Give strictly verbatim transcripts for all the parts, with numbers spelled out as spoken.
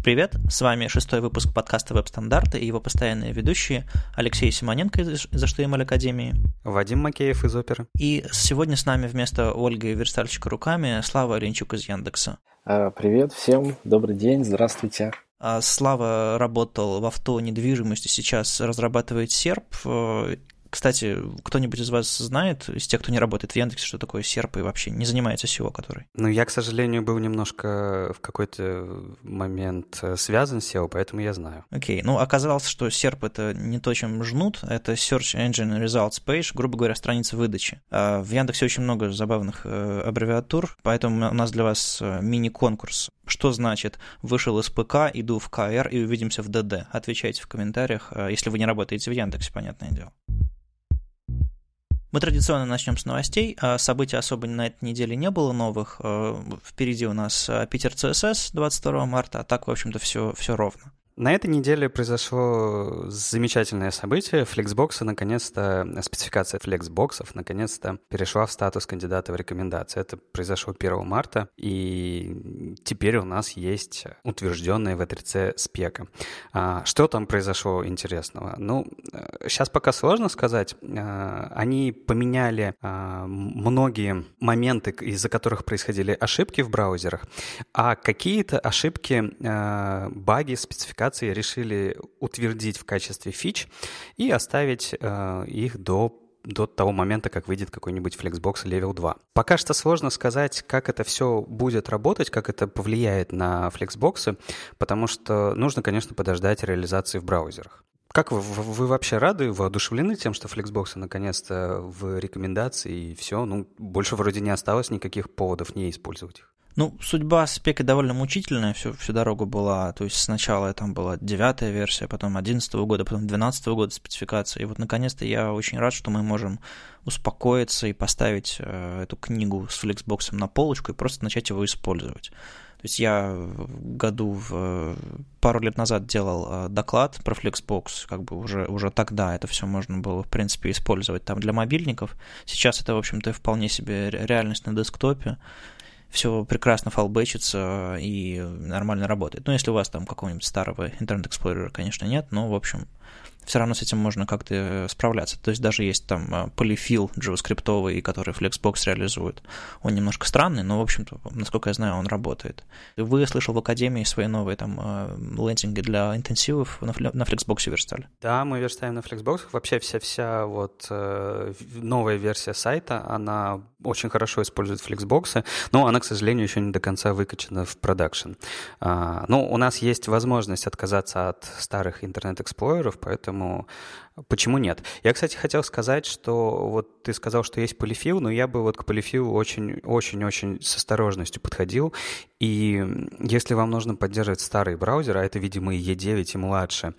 Привет, с вами шестой выпуск подкаста «Веб-стандарты» и его постоянные ведущие Алексей Симоненко из эйч ти эм эль Академии, Вадим Макеев из Оперы. И сегодня с нами вместо Ольги Верстальщика руками Слава Оренчук из Яндекса. Привет всем, добрый день, здравствуйте. Слава работал в авто недвижимости, сейчас разрабатывает серп. Кстати, кто-нибудь из вас знает, из тех, кто не работает в Яндексе, что такое серп и вообще не занимается сео, который? Ну, я, к сожалению, был немножко в какой-то момент связан с сео, поэтому я знаю. Окей, okay. Ну, оказалось, что серп — это не то, чем жнут, это Search Engine Results Page, грубо говоря, страница выдачи. В Яндексе очень много забавных аббревиатур, поэтому у нас для вас мини-конкурс. Что значит «вышел из ПК, иду в КР и увидимся в ДД»? Отвечайте в комментариях, если вы не работаете в Яндексе, понятное дело. Мы традиционно начнем с новостей. Событий особо на этой неделе не было новых. Впереди у нас Питер си эс эс двадцать второго марта, а так, в общем-то, все, все ровно. На этой неделе произошло замечательное событие. Flexbox, наконец-то, спецификация Flexbox'ов, наконец-то перешла в статус кандидата в рекомендации. Это произошло первого марта, и теперь у нас есть утвержденная ви три си спека. Что там произошло интересного? Ну, сейчас пока сложно сказать. Они поменяли многие моменты, из-за которых происходили ошибки в браузерах, а какие-то ошибки, баги, спецификации решили утвердить в качестве фич и оставить э, их до, до того момента, как выйдет какой-нибудь Flexbox Level два. Пока что сложно сказать, как это все будет работать, как это повлияет на Flexbox, потому что нужно, конечно, подождать реализации в браузерах. Как вы, вы вообще рады, воодушевлены тем, что Flexbox наконец-то в рекомендации и все? Ну, больше вроде не осталось никаких поводов не использовать их. Ну, судьба спеки довольно мучительная всю, всю дорогу была. То есть сначала там была девятая версия, потом одиннадцатого года, потом двенадцатого года спецификация. И вот наконец-то я очень рад, что мы можем успокоиться и поставить э, эту книгу с Flexbox на полочку и просто начать его использовать. То есть я году в, пару лет назад делал доклад про Flexbox, как бы уже, уже тогда это все можно было, в принципе, использовать там для мобильников. Сейчас это, в общем-то, вполне себе реальность на десктопе. Все прекрасно фалбэчится и нормально работает. Ну, если у вас там какого-нибудь старого интернет-эксплорера, конечно, нет, но, в общем, все равно с этим можно как-то справляться. То есть даже есть там полифил джаваскриптовый, который Flexbox реализует. Он немножко странный, но, в общем-то, насколько я знаю, он работает. Вы, слышал, в Академии свои новые там лендинги для интенсивов на Flexbox верстали? Да, мы верстаем на Flexbox. Вообще вся-вся вот э, новая версия сайта, она очень хорошо использует Flexbox, но она, к сожалению, еще не до конца выкачана в продакшн. А, ну, у нас есть возможность отказаться от старых интернет-эксплореров, поэтому почему нет? Я, кстати, хотел сказать, что вот ты сказал, что есть полифил, но я бы вот к полифилу очень-очень-очень с осторожностью подходил. И если вам нужно поддерживать старый браузер, а это, видимо, и и девять, и младше,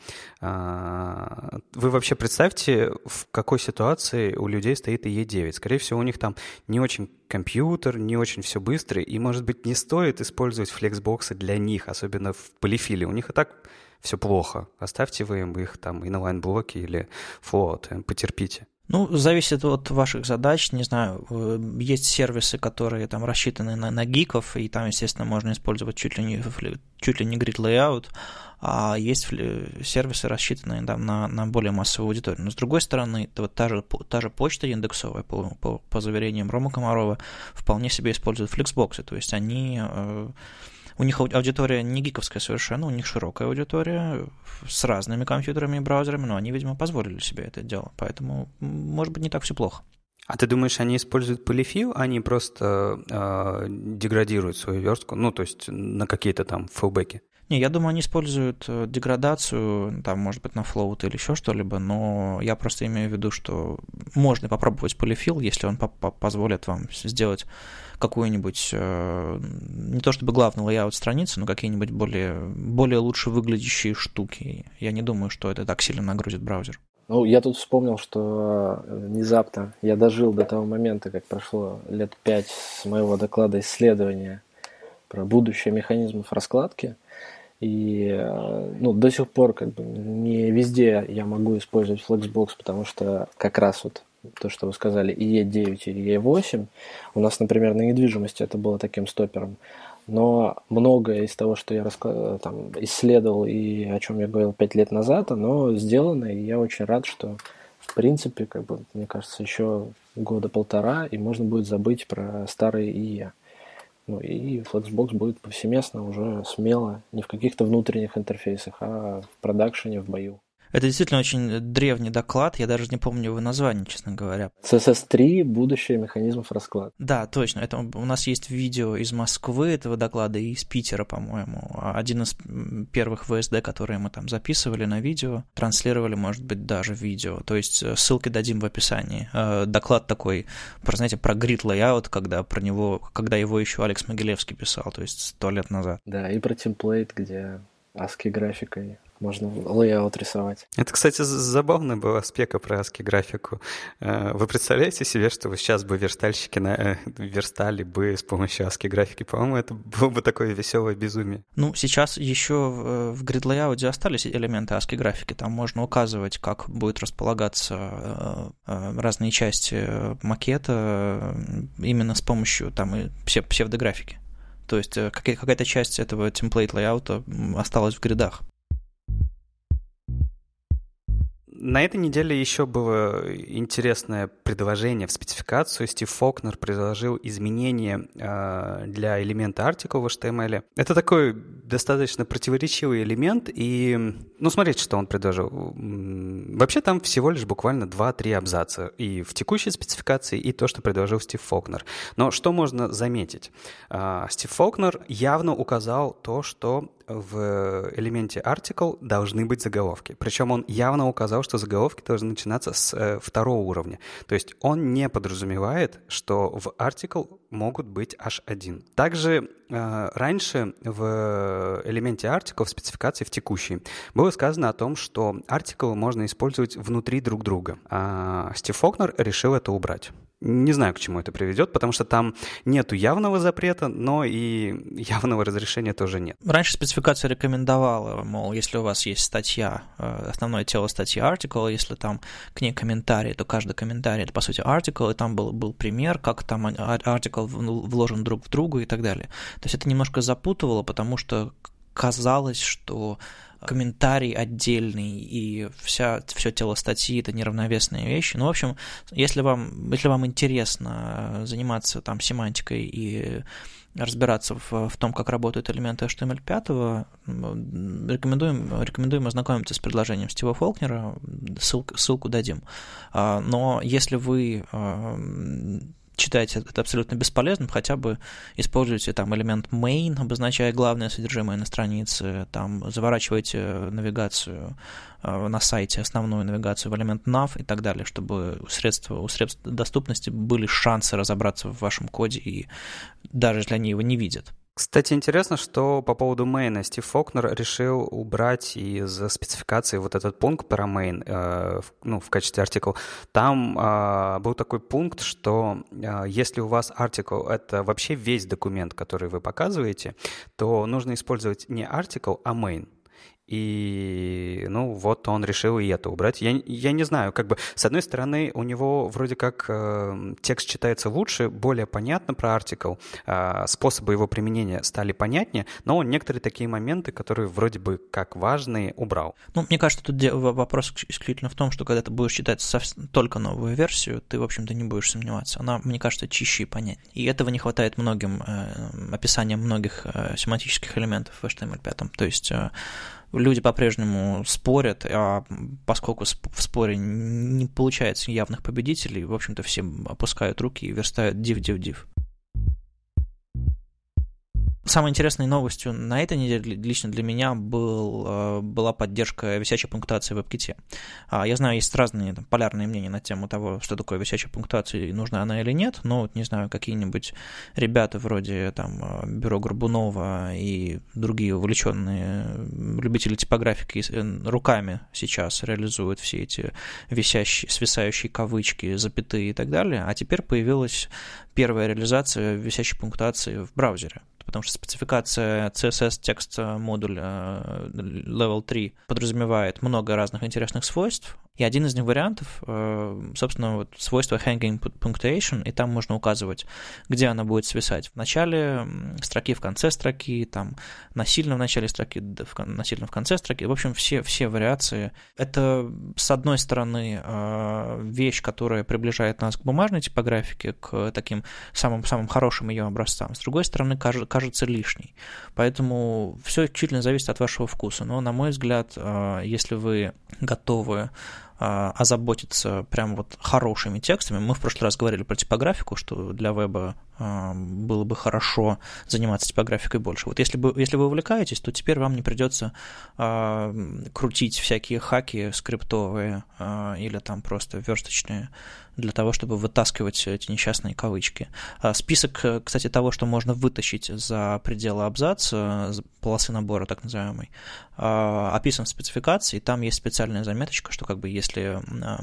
вы вообще представьте, в какой ситуации у людей стоит и и девять. Скорее всего, у них там не очень компьютер, не очень все быстро, и, может быть, не стоит использовать флексбоксы для них, особенно в полифиле. У них и так все плохо. Оставьте вы им их там inline-блоки или флоуты, потерпите. Ну, зависит от ваших задач, не знаю, есть сервисы, которые там рассчитаны на, на гиков, и там, естественно, можно использовать чуть ли не, чуть ли не grid layout, а есть сервисы, рассчитанные там, на, на более массовую аудиторию. Но, с другой стороны, вот та же, та же почта индексовая, по, по, по заверениям Ромы Комарова, вполне себе использует флексбоксы, то есть они... У них аудитория не гиковская совершенно, у них широкая аудитория с разными компьютерами и браузерами, но они, видимо, позволили себе это дело, поэтому, может быть, не так все плохо. А ты думаешь, они используют полифил, а они просто э, деградируют свою верстку, ну, то есть на какие-то там фэлбеки? Не, я думаю, они используют деградацию, там, может быть, на флоут или еще что-либо, но я просто имею в виду, что можно попробовать полифил, если он позволит вам сделать какую-нибудь, не то чтобы главный лейаут страницы, но какие-нибудь более, более лучше выглядящие штуки. Я не думаю, что это так сильно нагрузит браузер. Ну, я тут вспомнил, что внезапно я дожил до того момента, как прошло лет пять с моего доклада исследования про будущее механизмов раскладки. И ну, до сих пор как бы не везде я могу использовать Flexbox, потому что как раз вот то, что вы сказали, и и девять, и и восемь. У нас, например, на недвижимости это было таким стопером. но многое из того, что я раска... там, исследовал и о чем я говорил пять лет назад, оно сделано, и я очень рад, что в принципе, как бы, мне кажется, еще года полтора, и можно будет забыть про старые ай и. Ну и Flexbox будет повсеместно уже смело, не в каких-то внутренних интерфейсах, а в продакшене, в бою. Это действительно очень древний доклад, я даже не помню его название, честно говоря. си эс эс три «Будущее механизмов раскладки». Да, точно. Это, у нас есть видео из Москвы этого доклада и из Питера, по-моему. Один из первых ви эс ди, которые мы там записывали на видео, транслировали, может быть, даже видео. То есть ссылки дадим в описании. Доклад такой, про, знаете, про grid layout, когда про него, когда его еще Алекс Могилевский писал, то есть сто лет назад. Да, и про темплейт, где аски графикой можно лейаут рисовать. Это, кстати, забавный был аспект про аски графику. Вы представляете себе, что вы сейчас бы верстальщики на... верстали бы с помощью аски графики? По-моему, это было бы такое веселое безумие. Ну, сейчас еще в grid layout остались элементы аски графики. Там можно указывать, как будет располагаться разные части макета именно с помощью там псевдографики. То есть какая-то часть этого темплейт лейаута осталась в гридах. На этой неделе еще было интересное предложение в спецификацию. Стив Фолкнер предложил изменения э, для элемента article в эйч ти эм эл. Это такой достаточно противоречивый элемент. И, ну, смотрите, что он предложил. Вообще там всего лишь буквально два-три абзаца. И в текущей спецификации, и то, что предложил Стив Фолкнер. Но что можно заметить? Э, Стив Фолкнер явно указал то, что в элементе article должны быть заголовки. Причем он явно указал, что заголовки должны начинаться с э, второго уровня. То есть он не подразумевает, что в article могут быть аж один. Также э, раньше в элементе article, в спецификации в текущей, было сказано о том, что article можно использовать внутри друг друга. А Стив Фолкнер решил это убрать. Не знаю, к чему это приведет, потому что там нету явного запрета, но и явного разрешения тоже нет. Раньше спецификация рекомендовала, мол, если у вас есть статья, основное тело статьи article, если там к ней комментарий, то каждый комментарий — это, по сути, article, и там был, был пример, как там article вложен друг в друга и так далее. То есть это немножко запутывало, потому что казалось, что комментарий отдельный и вся, все тело статьи — это неравновесные вещи. Ну, в общем, если вам, если вам интересно заниматься там семантикой и разбираться в, в том, как работают элементы эйч ти эм эль пять, рекомендуем, рекомендуем ознакомиться с предложением Стива Фолкнера, ссылку, ссылку дадим. Но если вы считаете это абсолютно бесполезным, хотя бы используйте там элемент main, обозначая главное содержимое на странице, там заворачивайте навигацию э, на сайте, основную навигацию в элемент nav и так далее, чтобы у средств, у средств доступности были шансы разобраться в вашем коде, и даже если они его не видят. Кстати, интересно, что по поводу main Стив Фолкнер решил убрать из спецификации вот этот пункт про main, э, в, ну, в качестве article. Там э, был такой пункт, что э, если у вас article — это вообще весь документ, который вы показываете, то нужно использовать не article, а main. И, ну, вот он решил и это убрать. Я, я не знаю, как бы, с одной стороны, у него вроде как э, текст читается лучше, более понятно про article, э, способы его применения стали понятнее, но он некоторые такие моменты, которые вроде бы как важные, убрал. Ну, мне кажется, тут вопрос исключительно в том, что когда ты будешь читать совсем, только новую версию, ты, в общем-то, не будешь сомневаться. Она, мне кажется, чище и понятнее. И этого не хватает многим э, описаниям многих э, семантических элементов в эйч ти эм эль пять. То есть э, люди по-прежнему спорят, а поскольку в споре не получается явных победителей, в общем-то, все опускают руки и верстают div-div-div. Самой интересной новостью на этой неделе лично для меня был, была поддержка висячей пунктуации в WebKit. Я знаю, есть разные там, полярные мнения на тему того, что такое висячая пунктуация и нужна она или нет, но вот, не знаю, какие-нибудь ребята вроде там Бюро Горбунова и другие увлеченные любители типографики руками сейчас реализуют все эти висящие, свисающие кавычки, запятые и так далее, а теперь появилась первая реализация висячей пунктуации в браузере. Потому что спецификация си эс эс текст модуль Level три подразумевает много разных интересных свойств, И один из них вариантов, собственно, вот свойство hanging punctuation, и там можно указывать, где она будет свисать. В начале строки, в конце строки, там насильно в начале строки, насильно в конце строки. В общем, все, все вариации. Это, с одной стороны, вещь, которая приближает нас к бумажной типографике, к таким самым, самым хорошим ее образцам. С другой стороны, кажется лишней. Поэтому все чуть ли не зависит от вашего вкуса. Но, на мой взгляд, если вы готовы озаботиться прям вот хорошими текстами. Мы в прошлый раз говорили про типографику, что для веба было бы хорошо заниматься типографикой больше. Вот если, бы, если вы увлекаетесь, то теперь вам не придется крутить всякие хаки скриптовые или там просто версточные для того, чтобы вытаскивать эти несчастные кавычки. Список, кстати, того, что можно вытащить за пределы абзаца, полосы набора так называемой, описан в спецификации, и там есть специальная заметочка, что как бы если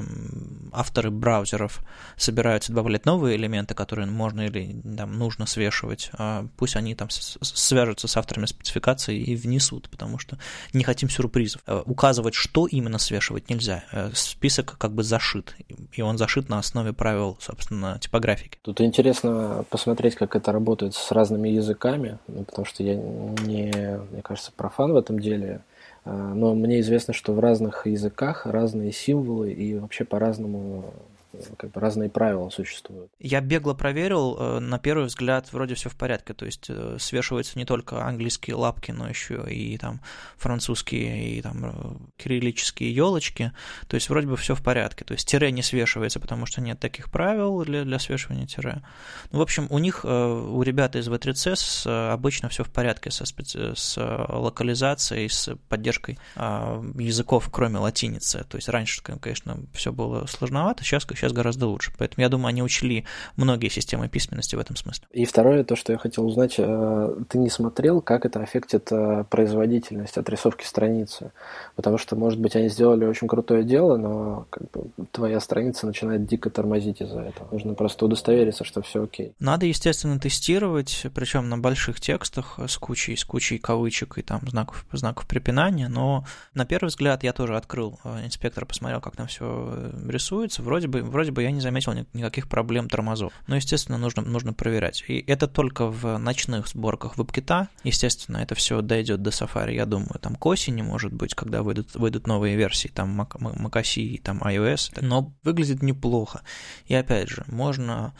авторы браузеров собираются добавлять новые элементы, которые можно или там нужно свешивать, пусть они там свяжутся с авторами спецификации и внесут, потому что не хотим сюрпризов. Указывать, что именно свешивать, нельзя. Список как бы зашит, и он зашит на основе правил, собственно, типографики. Тут интересно посмотреть, как это работает с разными языками, ну, потому что я не, мне кажется, профан в этом деле, но мне известно, что в разных языках разные символы и вообще по-разному, как бы разные правила существуют. Я бегло проверил, на первый взгляд вроде все в порядке, то есть свешиваются не только английские лапки, но еще и там французские и там кириллические елочки, то есть вроде бы все в порядке, то есть тире не свешивается, потому что нет таких правил для, для свешивания тире. Ну, в общем, у них, у ребят из ви три си эс обычно все в порядке со специ... с локализацией, с поддержкой языков, кроме латиницы, то есть раньше, конечно, все было сложновато, сейчас сейчас гораздо лучше. Поэтому, я думаю, они учли многие системы письменности в этом смысле. И второе, то, что я хотел узнать, ты не смотрел, как это аффектит производительность отрисовки страницы? Потому что, может быть, они сделали очень крутое дело, но как бы твоя страница начинает дико тормозить из-за этого. Нужно просто удостовериться, что все окей. Надо, естественно, тестировать, причем на больших текстах с кучей, с кучей кавычек и там знаков, знаков препинания, но на первый взгляд я тоже открыл инспектор, посмотрел, как там все рисуется. Вроде бы Вроде бы я не заметил никаких проблем тормозов. Но, естественно, нужно, нужно проверять. И это только в ночных сборках WebKit. Естественно, это все дойдет до Safari, я думаю, там к осени, может быть, когда выйдут, выйдут новые версии, там macOS и там iOS. Но выглядит неплохо. И опять же, можно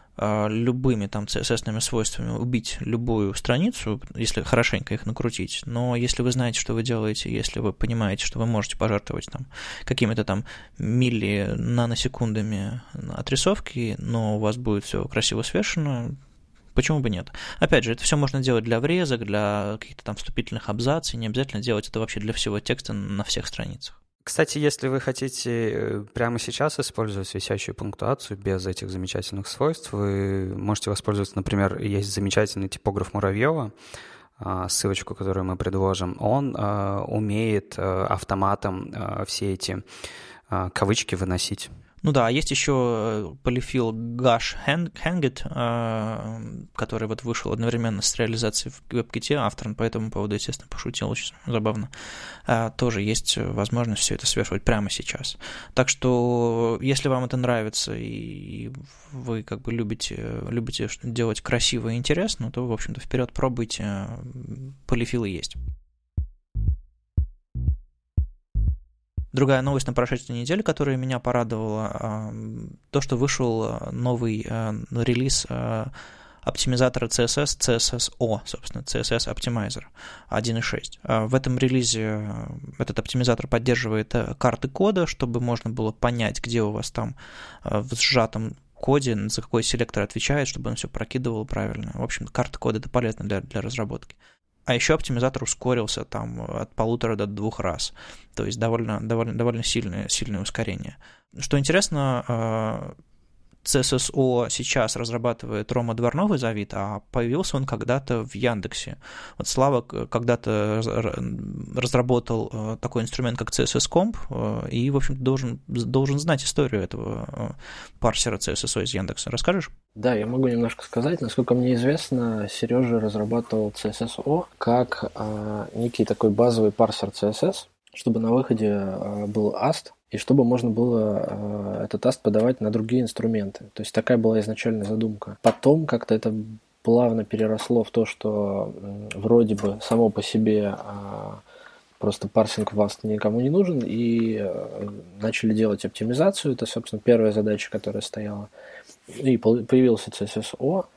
любыми там си эс эс-ными свойствами убить любую страницу, если хорошенько их накрутить, но если вы знаете, что вы делаете, если вы понимаете, что вы можете пожертвовать там какими-то там милли наносекундами отрисовки, но у вас будет все красиво свешено, почему бы нет? Опять же, это все можно делать для врезок, для каких-то там вступительных абзацев, не обязательно делать это вообще для всего текста на всех страницах. Кстати, если вы хотите прямо сейчас использовать висящую пунктуацию без этих замечательных свойств, вы можете воспользоваться, например, есть замечательный типограф Муравьева, ссылочку, которую мы предложим. Он умеет автоматом все эти кавычки выносить. Ну да, есть еще полифил Gosh Hangit, который вот вышел одновременно с реализацией в WebKit, автор по этому поводу, естественно, пошутил, очень забавно. Тоже есть возможность все это свешивать прямо сейчас. Так что, если вам это нравится и вы как бы любите, любите делать красиво и интересно, то, в общем-то, вперед пробуйте, полифилы есть. Другая новость на прошедшей неделе, которая меня порадовала, то, что вышел новый релиз оптимизатора си эс эс, си эс эс о, собственно, си эс эс Optimizer один точка шесть. В этом релизе этот оптимизатор поддерживает карты кода, чтобы можно было понять, где у вас там в сжатом коде, за какой селектор отвечает, чтобы он все прокидывал правильно. В общем, карта кода — это полезно для, для разработки. А еще оптимизатор ускорился там от полутора до двух раз. То есть довольно, довольно, довольно сильное, сильное ускорение. Что интересно, си эс эс о сейчас разрабатывает Рома Дворнов из Авито, а появился он когда-то в Яндексе. Вот Слава когда-то разработал такой инструмент, как си эс эс Comp, и, в общем-то, должен, должен знать историю этого парсера си эс эс о из Яндекса. Расскажешь? Да, я могу немножко сказать. Насколько мне известно, Сережа разрабатывал си эс эс о как а, некий такой базовый парсер си эс эс. чтобы на выходе был аст, и чтобы можно было этот аст подавать на другие инструменты. То есть такая была изначальная задумка. Потом как-то это плавно переросло в то, что вроде бы само по себе просто парсинг васт никому не нужен, и начали делать оптимизацию. Это, собственно, первая задача, которая стояла. И появился си эс эс о,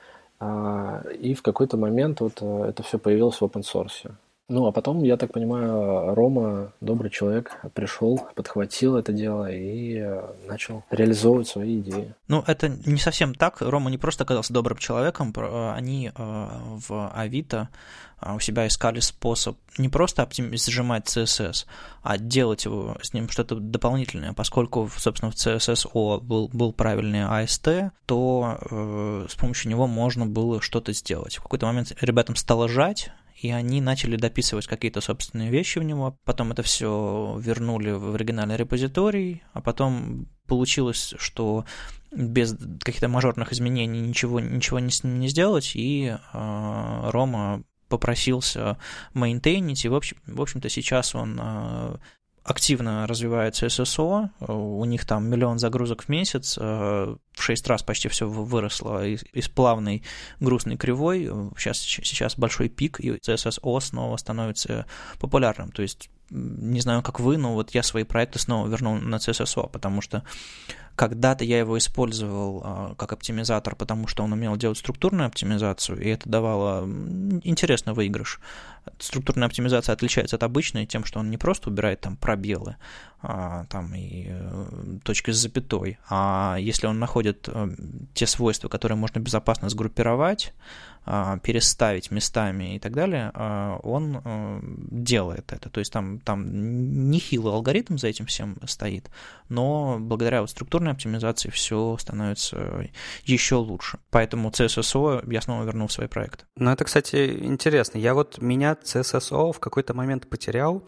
и в какой-то момент вот это все появилось в open source. Ну, а потом, я так понимаю, Рома, добрый человек, пришел, подхватил это дело и начал реализовывать свои идеи. Ну, это не совсем так. Рома не просто оказался добрым человеком, они в Авито у себя искали способ не просто оптим... сжимать си эс эс, а делать его с ним что-то дополнительное. Поскольку, собственно, в си эс эс о был, был правильный эй эс ти, то э, с помощью него можно было что-то сделать. В какой-то момент ребятам стало жать, и они начали дописывать какие-то собственные вещи в него. Потом это все вернули в оригинальный репозиторий, а потом получилось, что без каких-то мажорных изменений ничего, ничего не, не сделать, и э, Рома попросился мейнтейнить, и в, общем, в общем-то сейчас он э, активно развивает си эс эс о, у них там миллион загрузок в месяц, э, в шесть раз почти все выросло из, из плавной грустной кривой, сейчас, сейчас большой пик, и си эс эс о снова становится популярным, то есть не знаю, как вы, но вот я свои проекты снова вернул на си эс эс о, потому что когда-то я его использовал а, как оптимизатор, потому что он умел делать структурную оптимизацию, и это давало интересный выигрыш. Структурная оптимизация отличается от обычной тем, что он не просто убирает там пробелы а, там, и э, точки с запятой, а если он находит э, те свойства, которые можно безопасно сгруппировать, э, переставить местами и так далее, э, он э, делает это. То есть там, там нехилый алгоритм за этим всем стоит, но благодаря вот структурной оптимизации все становится еще лучше. Поэтому си эс эс о я снова вернул в свои проекты. Ну, это, кстати, интересно. Я вот меня си эс эс о в какой-то момент потерял.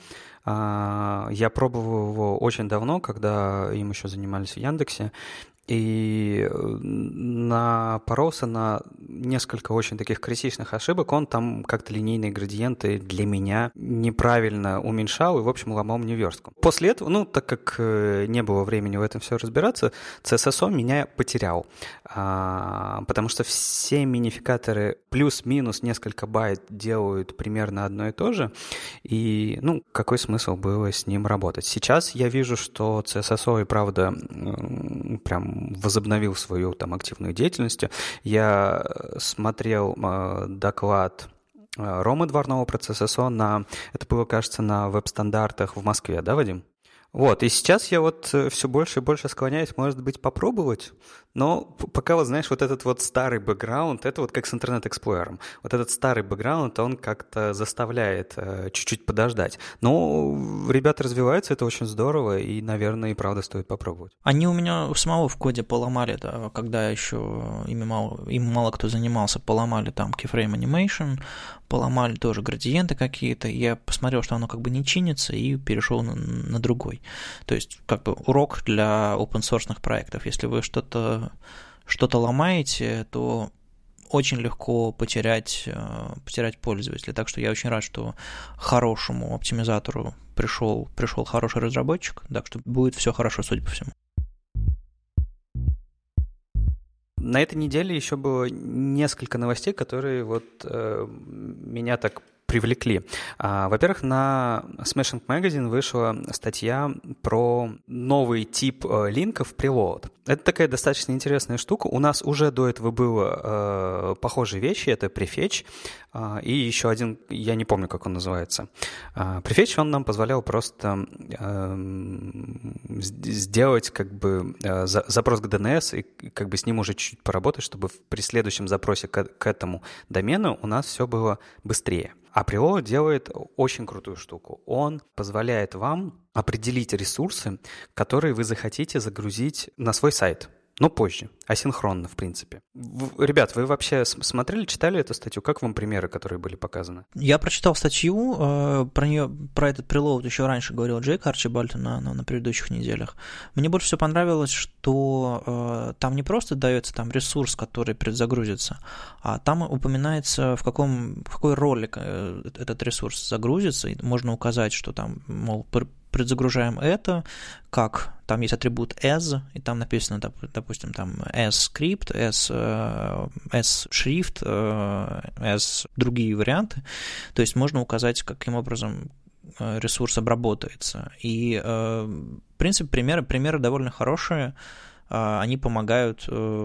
Я пробовал его очень давно, когда им еще занимались в Яндексе, и напоролся на несколько очень таких критичных ошибок. Он там как-то линейные градиенты для меня неправильно уменьшал и, в общем, ломал мне верстку. После этого, ну, так как не было времени в этом все разбираться, си эс эс о меня потерял, потому что все минификаторы плюс-минус несколько байт делают примерно одно и то же, и, ну, какой смысл было с ним работать? Сейчас я вижу, что си эс эс о и правда прям возобновил свою там активную деятельность. Я смотрел э, доклад э, Ромы Дворного про си эс эс о на, это было, кажется, на веб-стандартах в Москве, да, Вадим? Вот, и сейчас я вот все больше и больше склоняюсь, может быть, попробовать, но пока, вот знаешь, вот этот вот старый бэкграунд, это вот как с интернет-эксплорером, вот этот старый бэкграунд, он как-то заставляет э, чуть-чуть подождать. Но ребята развиваются, это очень здорово, и, наверное, и правда стоит попробовать. Они у меня у самого в коде поломали, да, когда еще ими мало, им мало кто занимался, поломали там keyframe animation, поломали тоже градиенты какие-то, я посмотрел, что оно как бы не чинится, и перешел на, на другой. То есть, как бы урок для open-source проектов. Если вы что-то, что-то ломаете, то очень легко потерять, потерять пользователя. Так что я очень рад, что хорошему оптимизатору пришел, пришел хороший разработчик, так что будет все хорошо, судя по всему. На этой неделе еще было несколько новостей, которые вот э, меня так привлекли. А, во-первых, на Smashing Magazine вышла статья про новый тип э, линков preload. Это такая достаточно интересная штука. У нас уже до этого было э, похожие вещи. Это prefetch э, и еще один, я не помню, как он называется. Э, prefetch, он нам позволял просто э, сделать как бы э, за, запрос к ди эн эс и как бы с ним уже чуть-чуть поработать, чтобы при следующем запросе к, к этому домену у нас все было быстрее. А preload делает очень крутую штуку. Он позволяет вам определить ресурсы, которые вы захотите загрузить на свой сайт. Но позже, асинхронно, в принципе. В, ребят, вы вообще смотрели, читали эту статью? Как вам примеры, которые были показаны? Я прочитал статью, э, про нее, про этот preload еще раньше говорил Джейк Арчибальд на, на, на предыдущих неделях. Мне больше всего понравилось, что э, там не просто дается там ресурс, который предзагрузится, а там упоминается, в, каком, в какой роли этот ресурс загрузится, и можно указать, что там, мол, предзагружаем это, как там есть атрибут as, и там написано, допустим, там s-скрипт, s-шрифт, s другие варианты. То есть можно указать, каким образом ресурс обработается. И, в принципе, примеры, примеры довольно хорошие. Они помогают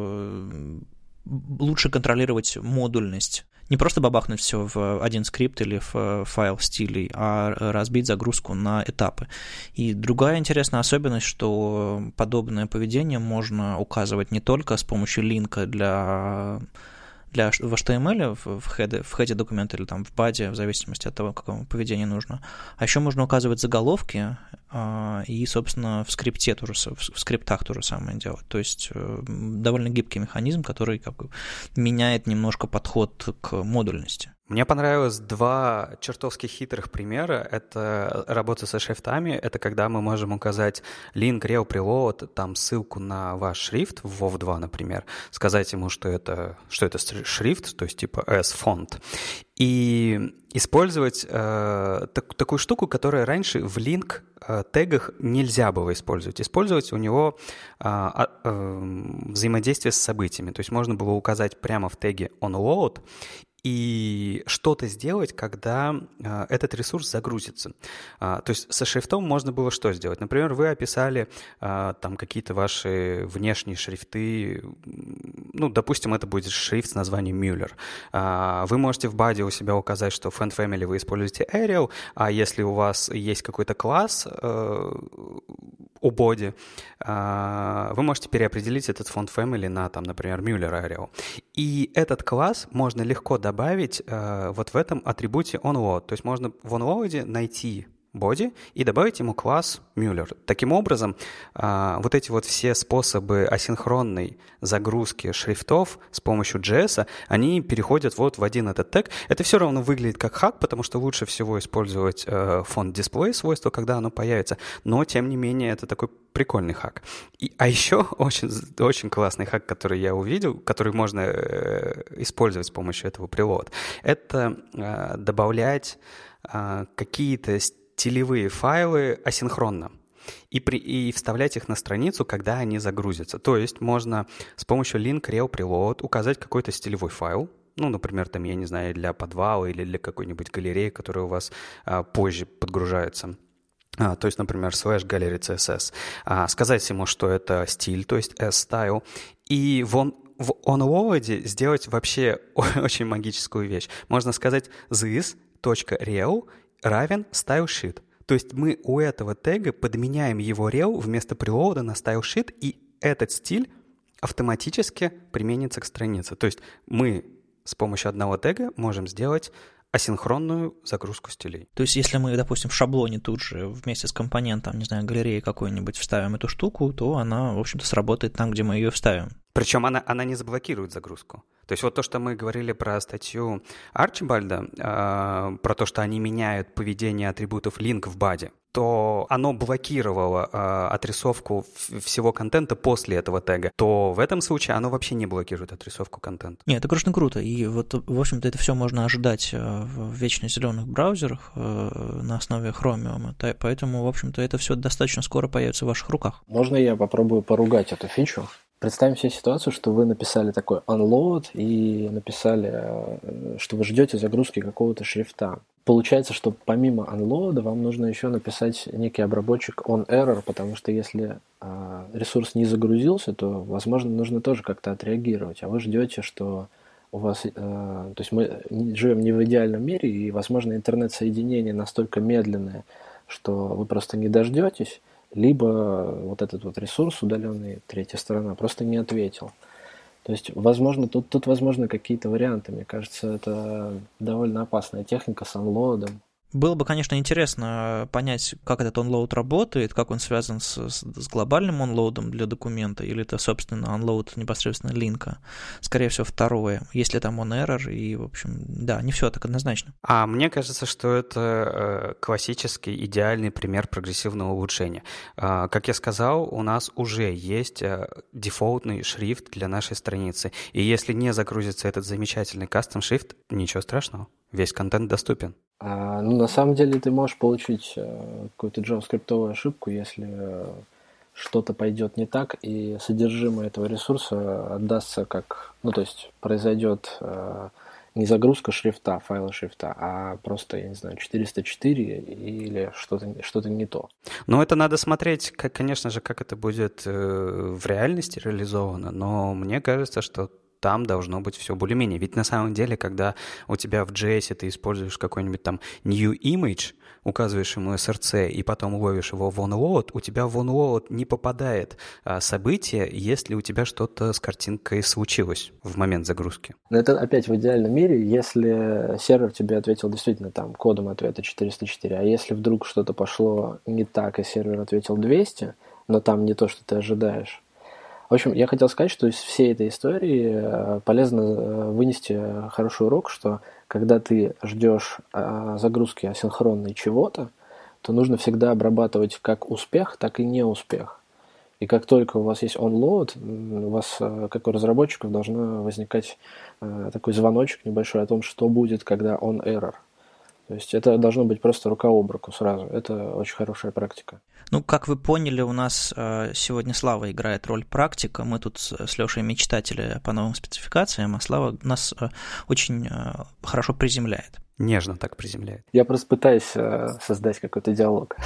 лучше контролировать модульность. Не просто бабахнуть все в один скрипт или в файл стилей, а разбить загрузку на этапы. И другая интересная особенность, что подобное поведение можно указывать не только с помощью линка для, для в эйч ти эм эль, в хеде, в хеде документа или там в баде, в зависимости от того, какое поведение нужно, а еще можно указывать заголовки и, собственно, в скрипте тоже, в скриптах то же самое делать. То есть довольно гибкий механизм, который как бы меняет немножко подход к модульности. Мне понравилось два чертовски хитрых примера. Это работа со шрифтами. Это когда мы можем указать link, rel, preload, там ссылку на ваш шрифт в вов два, например, сказать ему, что это, что это шрифт, то есть типа S-фонт, и использовать э, так, такую штуку, которую раньше в link э, тегах нельзя было использовать. Использовать у него э, э, взаимодействие с событиями. То есть можно было указать прямо в теге onload и что-то сделать, когда э, этот ресурс загрузится. А, то есть со шрифтом можно было что сделать? Например, вы описали э, там какие-то ваши внешние шрифты, ну, допустим, это будет шрифт с названием Mueller. А, вы можете в баде у себя указать, что в font family вы используете Arial, а если у вас есть какой-то класс э, у боди, э, вы можете переопределить этот font family на, там, например, Mueller Arial. И этот класс можно легко добавить добавить э, вот в этом атрибуте onload. То есть можно в onload найти body и добавить ему класс Mueller. Таким образом, э, вот эти вот все способы асинхронной загрузки шрифтов с помощью джей эс, они переходят вот в один этот тег. Это все равно выглядит как хак, потому что лучше всего использовать э, font display свойство, когда оно появится, но тем не менее это такой прикольный хак. И, а еще очень, очень классный хак, который я увидел, который можно э, использовать с помощью этого preload, это э, добавлять э, какие-то стилевые файлы асинхронно и, при, и вставлять их на страницу, когда они загрузятся. То есть можно с помощью link, rel, preload указать какой-то стилевой файл, ну, например, там, я не знаю, для подвала или для какой-нибудь галереи, которая у вас э, позже подгружается. А, то есть, например, slash gallery си эс эс, а, сказать ему, что это стиль, то есть S-style, и в, он, в onload сделать вообще очень магическую вещь. Можно сказать this.rel равен stylesheet. То есть мы у этого тега подменяем его rel вместо preload на stylesheet, и этот стиль автоматически применится к странице. То есть мы с помощью одного тега можем сделать асинхронную загрузку стилей. То есть, если мы, допустим, в шаблоне тут же вместе с компонентом, не знаю, галереи какой-нибудь вставим эту штуку, то она, в общем-то, сработает там, где мы ее вставим. Причем она, она не заблокирует загрузку. То есть вот то, что мы говорили про статью Арчибальда, э, про то, что они меняют поведение атрибутов link в баде, то оно блокировало э, отрисовку всего контента после этого тега, то в этом случае оно вообще не блокирует отрисовку контента. Нет, это, конечно, круто. И вот, в общем-то, это все можно ожидать в вечно зеленых браузерах э, на основе Chromium. Поэтому, в общем-то, это все достаточно скоро появится в ваших руках. Можно я попробую поругать эту фичу? Представим себе ситуацию, что вы написали такой unload и написали, что вы ждете загрузки какого-то шрифта. Получается, что помимо unload вам нужно еще написать некий обработчик onError, потому что если э, ресурс не загрузился, то, возможно, нужно тоже как-то отреагировать. А вы ждете, что у вас... Э, то есть мы живем не в идеальном мире, и, возможно, интернет-соединение настолько медленное, что вы просто не дождетесь, либо вот этот вот ресурс удаленный, третья сторона, просто не ответил. То есть, возможно, тут, тут возможны какие-то варианты. Мне кажется, это довольно опасная техника с анлоудом. Было бы, конечно, интересно понять, как этот онлоуд работает, как он связан с, с, с глобальным онлоудом для документа, или это, собственно, онлоуд непосредственно линка. Скорее всего, второе. Если там onError, и, в общем, да, не все так однозначно. А мне кажется, что это э, классический, идеальный пример прогрессивного улучшения. Э, как я сказал, у нас уже есть э, дефолтный шрифт для нашей страницы. И если не загрузится этот замечательный кастом шрифт, ничего страшного. Весь контент доступен. А, ну, на самом деле ты можешь получить э, какую-то джаваскриптовую ошибку, если э, что-то пойдет не так, и содержимое этого ресурса отдастся как... Ну, то есть произойдет э, не загрузка шрифта, файла шрифта, а просто, я не знаю, четыреста четыре или что-то, что-то не то. Ну, это надо смотреть, как, конечно же, как это будет э, в реальности реализовано, но мне кажется, что там должно быть все более-менее. Ведь на самом деле, когда у тебя в джей эс ты используешь какой-нибудь там new image, указываешь ему эс эр си и потом ловишь его в onload, у тебя в onload не попадает а, событие, если у тебя что-то с картинкой случилось в момент загрузки. Но это опять в идеальном мире, если сервер тебе ответил действительно там кодом ответа четыреста четыре, а если вдруг что-то пошло не так, и сервер ответил двести, но там не то, что ты ожидаешь. В общем, я хотел сказать, что из всей этой истории полезно вынести хороший урок, что когда ты ждешь загрузки асинхронной чего-то, то нужно всегда обрабатывать как успех, так и неуспех. И как только у вас есть onload, у вас, как у разработчиков, должна возникать такой звоночек небольшой о том, что будет, когда on error. То есть это должно быть просто рука об руку сразу. Это очень хорошая практика. Ну, как вы поняли, у нас сегодня Слава играет роль практика. Мы тут с Лешей мечтатели по новым спецификациям, а Слава нас очень хорошо приземляет. Нежно так приземляет. Я просто пытаюсь создать какой-то диалог.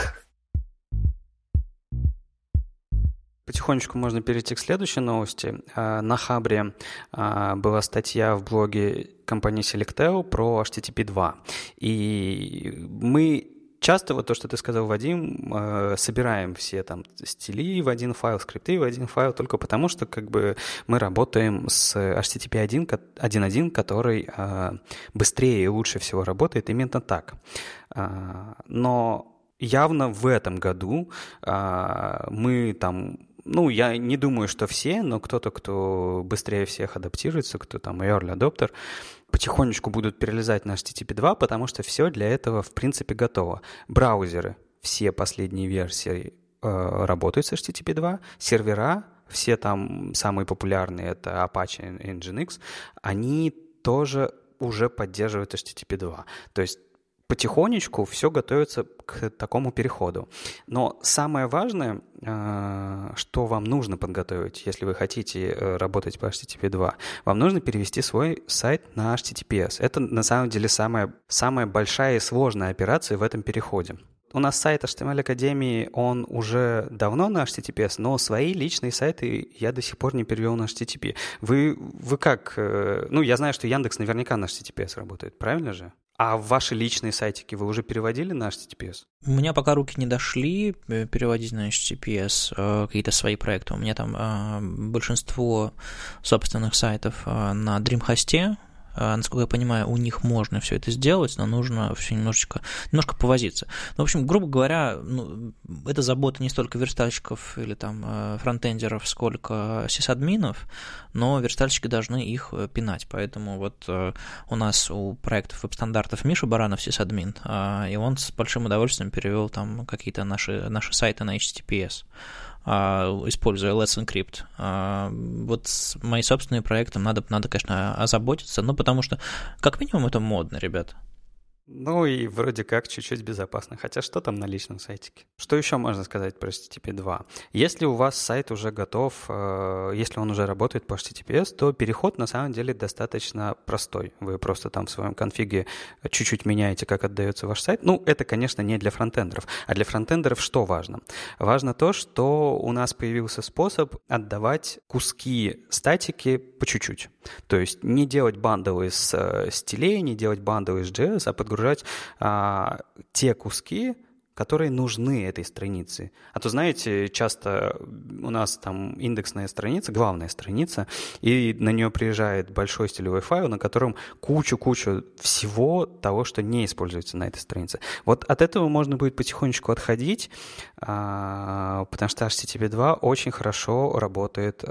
Потихонечку можно перейти к следующей новости. На Хабре была статья в блоге компании Selecteo про эйч ти ти пи два. И мы часто, вот то, что ты сказал, Вадим, собираем все там стили в один файл, скрипты в один файл, только потому что как бы мы работаем с эйч ти ти пи один точка один, который быстрее и лучше всего работает именно так. Но явно в этом году мы там... Ну, я не думаю, что все, но кто-то, кто быстрее всех адаптируется, кто там early adopter, потихонечку будут перелезать на эйч ти ти пи два, потому что все для этого, в принципе, готово. Браузеры, все последние версии э, работают с эйч ти ти пи два, сервера, все там самые популярные, это Apache и Nginx, они тоже уже поддерживают эйч ти ти пи два. То есть потихонечку все готовится к такому переходу. Но самое важное, что вам нужно подготовить, если вы хотите работать по эйч ти ти пи два, вам нужно перевести свой сайт на эйч ти ти пи эс. Это на самом деле самая, самая большая и сложная операция в этом переходе. У нас сайт эйч ти эм эль Академии, он уже давно на эйч ти ти пи эс, но свои личные сайты я до сих пор не перевел на эйч ти ти пи. Вы, вы как? Ну, я знаю, что Яндекс наверняка на эйч ти ти пи эс работает, правильно же? А ваши личные сайтики вы уже переводили на эйч ти ти пи эс? У меня пока руки не дошли переводить на эйч ти ти пи эс какие-то свои проекты. У меня там большинство собственных сайтов на Dreamhost. Насколько я понимаю, у них можно все это сделать, но нужно все немножечко, немножко повозиться. Ну, в общем, грубо говоря, ну, это забота не столько верстальщиков или там фронтендеров, сколько сисадминов, но верстальщики должны их пинать. Поэтому вот у нас у проектов веб-стандартов Миша Баранов сисадмин, и он с большим удовольствием перевел там какие-то наши, наши сайты на эйч ти ти пи эс, используя Let's Encrypt. Вот с моим собственным проектом надо, надо, конечно, озаботиться, ну, потому что, как минимум, это модно, ребят. Ну и вроде как чуть-чуть безопасно. Хотя что там на личном сайтике? Что еще можно сказать про эйч ти ти пи два? Если у вас сайт уже готов, если он уже работает по эйч ти ти пи эс, то переход на самом деле достаточно простой. Вы просто там в своем конфиге чуть-чуть меняете, как отдается ваш сайт. Ну, это, конечно, не для фронтендеров. А для фронтендеров что важно? Важно то, что у нас появился способ отдавать куски статики по чуть-чуть. То есть не делать бандл из стилей, не делать бандл из джей эс, а подгружать а, те куски, которые нужны этой странице. А то, знаете, часто у нас там индексная страница, главная страница, и на нее приезжает большой стилевой файл, на котором кучу-кучу всего того, что не используется на этой странице. Вот от этого можно будет потихонечку отходить, потому что эйч ти ти пи два очень хорошо работает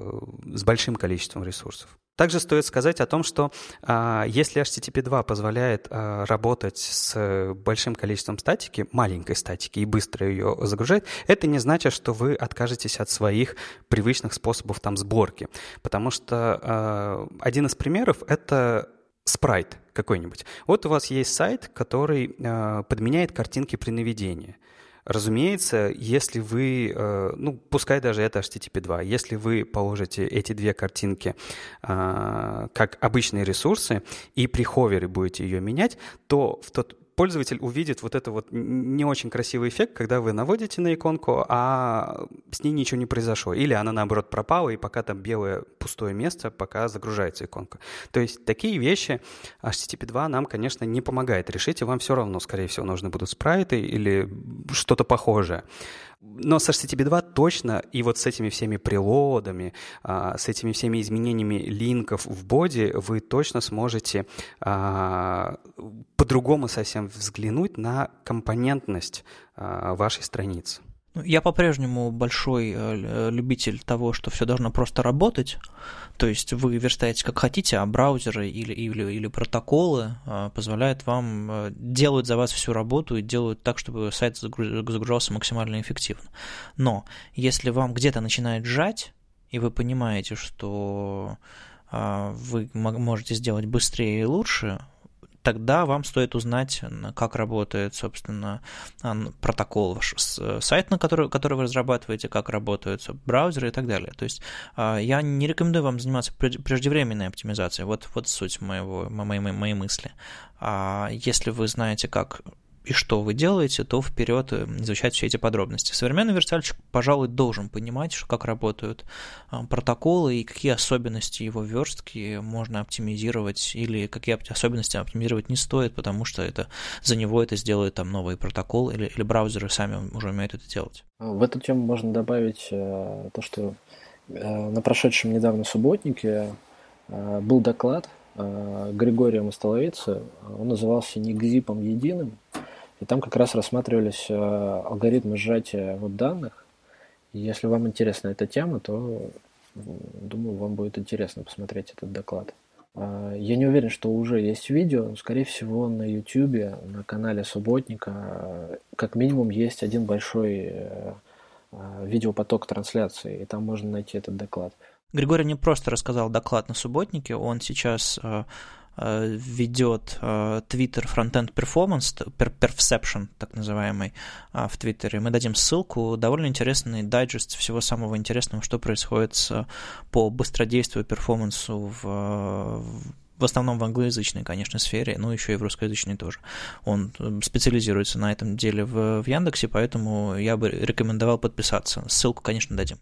с большим количеством ресурсов. Также стоит сказать о том, что а, если эйч ти ти пи два позволяет а, работать с большим количеством статики, маленькой статики, и быстро ее загружать, это не значит, что вы откажетесь от своих привычных способов там сборки. Потому что а, один из примеров — это спрайт какой-нибудь. Вот у вас есть сайт, который э, подменяет картинки при наведении. Разумеется, если вы, э, ну, пускай даже это эйч ти ти пи два, если вы положите эти две картинки э, как обычные ресурсы и при ховере будете ее менять, то в тот пользователь увидит вот это вот не очень красивый эффект, когда вы наводите на иконку, а с ней ничего не произошло. Или она, наоборот, пропала, и пока там белое пустое место, пока загружается иконка. То есть такие вещи эйч ти ти пи два нам, конечно, не помогает решить, и вам все равно, скорее всего, нужны будут спрайты или что-то похожее. Но с эйч ти ти пи два точно, и вот с этими всеми прелодами, с этими всеми изменениями линков в боди вы точно сможете по-другому совсем взглянуть на компонентность вашей страницы. Я по-прежнему большой любитель того, что все должно просто работать. То есть вы верстаете как хотите, а браузеры или, или, или протоколы позволяют вам, делают за вас всю работу и делают так, чтобы сайт загружался максимально эффективно. Но если вам где-то начинает сжать, и вы понимаете, что вы можете сделать быстрее и лучше, тогда вам стоит узнать, как работает, собственно, протокол, ваш сайт, на который, который вы разрабатываете, как работают браузеры и так далее. То есть я не рекомендую вам заниматься преждевременной оптимизацией. Вот, вот суть моего, моей, моей мысли. Если вы знаете, как и что вы делаете, то вперед изучать все эти подробности. Современный верстальщик, пожалуй, должен понимать, как работают протоколы и какие особенности его верстки можно оптимизировать или какие особенности оптимизировать не стоит, потому что это за него это сделает там новый протокол или, или браузеры сами уже умеют это делать. В эту тему можно добавить э, то, что э, на прошедшем недавно субботнике э, был доклад э, Григория Мостоловицы, он назывался «Никзипом единым», и там как раз рассматривались э, алгоритмы сжатия вот данных. И если вам интересна эта тема, то, думаю, вам будет интересно посмотреть этот доклад. Э, я не уверен, что уже есть видео, но, скорее всего, на YouTube, на канале Субботника, э, как минимум есть один большой э, э, видеопоток трансляции, и там можно найти этот доклад. Григорий не просто рассказал доклад на Субботнике, он сейчас... Э... ведет Twitter Frontend Performance, Perception, так называемый, в Твиттере. Мы дадим ссылку, довольно интересный дайджест всего самого интересного, что происходит с, по быстродействию перформансу в, в основном в англоязычной, конечно, сфере, но еще и в русскоязычной тоже. Он специализируется на этом деле в, в Яндексе, поэтому я бы рекомендовал подписаться. Ссылку, конечно, дадим.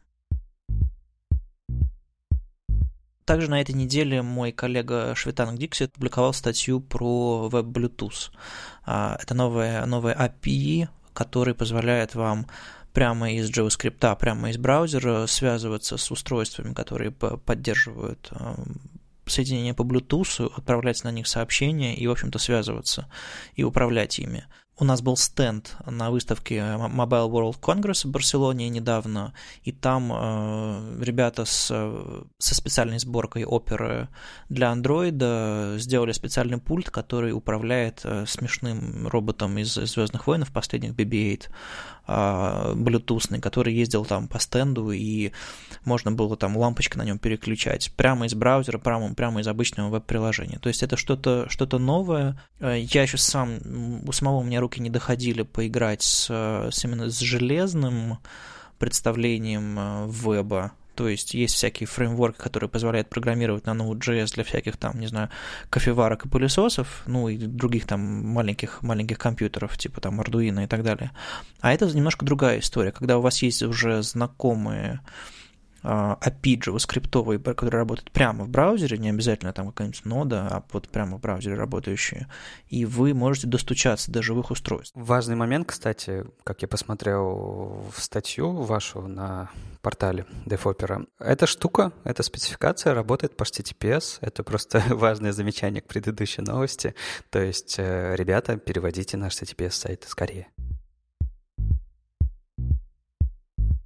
Также на этой неделе мой коллега Шветанг Диксит публиковал статью про Web-Bluetooth. Это новая, новая эй пи ай, который позволяет вам прямо из JavaScript, прямо из браузера связываться с устройствами, которые поддерживают соединение по Bluetooth, отправлять на них сообщения и, в общем-то, связываться и управлять ими. У нас был стенд на выставке Mobile World Congress в Барселоне недавно, и там э, ребята с, со специальной сборкой оперы для Android сделали специальный пульт, который управляет э, смешным роботом из «Звездных войн» последних би би восемь, э, блютусный, который ездил там по стенду, и можно было там лампочки на нем переключать прямо из браузера, прямо, прямо из обычного веб-приложения. То есть это что-то, что-то новое. Я еще сам, у самого у меня руки не доходили поиграть с, с именно с железным представлением веба. То есть есть всякие фреймворки, которые позволяют программировать на Node.js для всяких там, не знаю, кофеварок и пылесосов, ну и других там маленьких, маленьких компьютеров, типа там Arduino и так далее. А это немножко другая история, когда у вас есть уже знакомые эй пи ай JavaScript, который работает прямо в браузере, не обязательно там какая-нибудь нода, а вот прямо в браузере работающие, и вы можете достучаться до живых устройств. Важный момент, кстати, как я посмотрел в статью вашу на портале DevOpera, эта штука, эта спецификация работает по эйч ти ти пи эс, это просто важное замечание к предыдущей новости, то есть, ребята, переводите на эйч ти ти пи эс сайты скорее.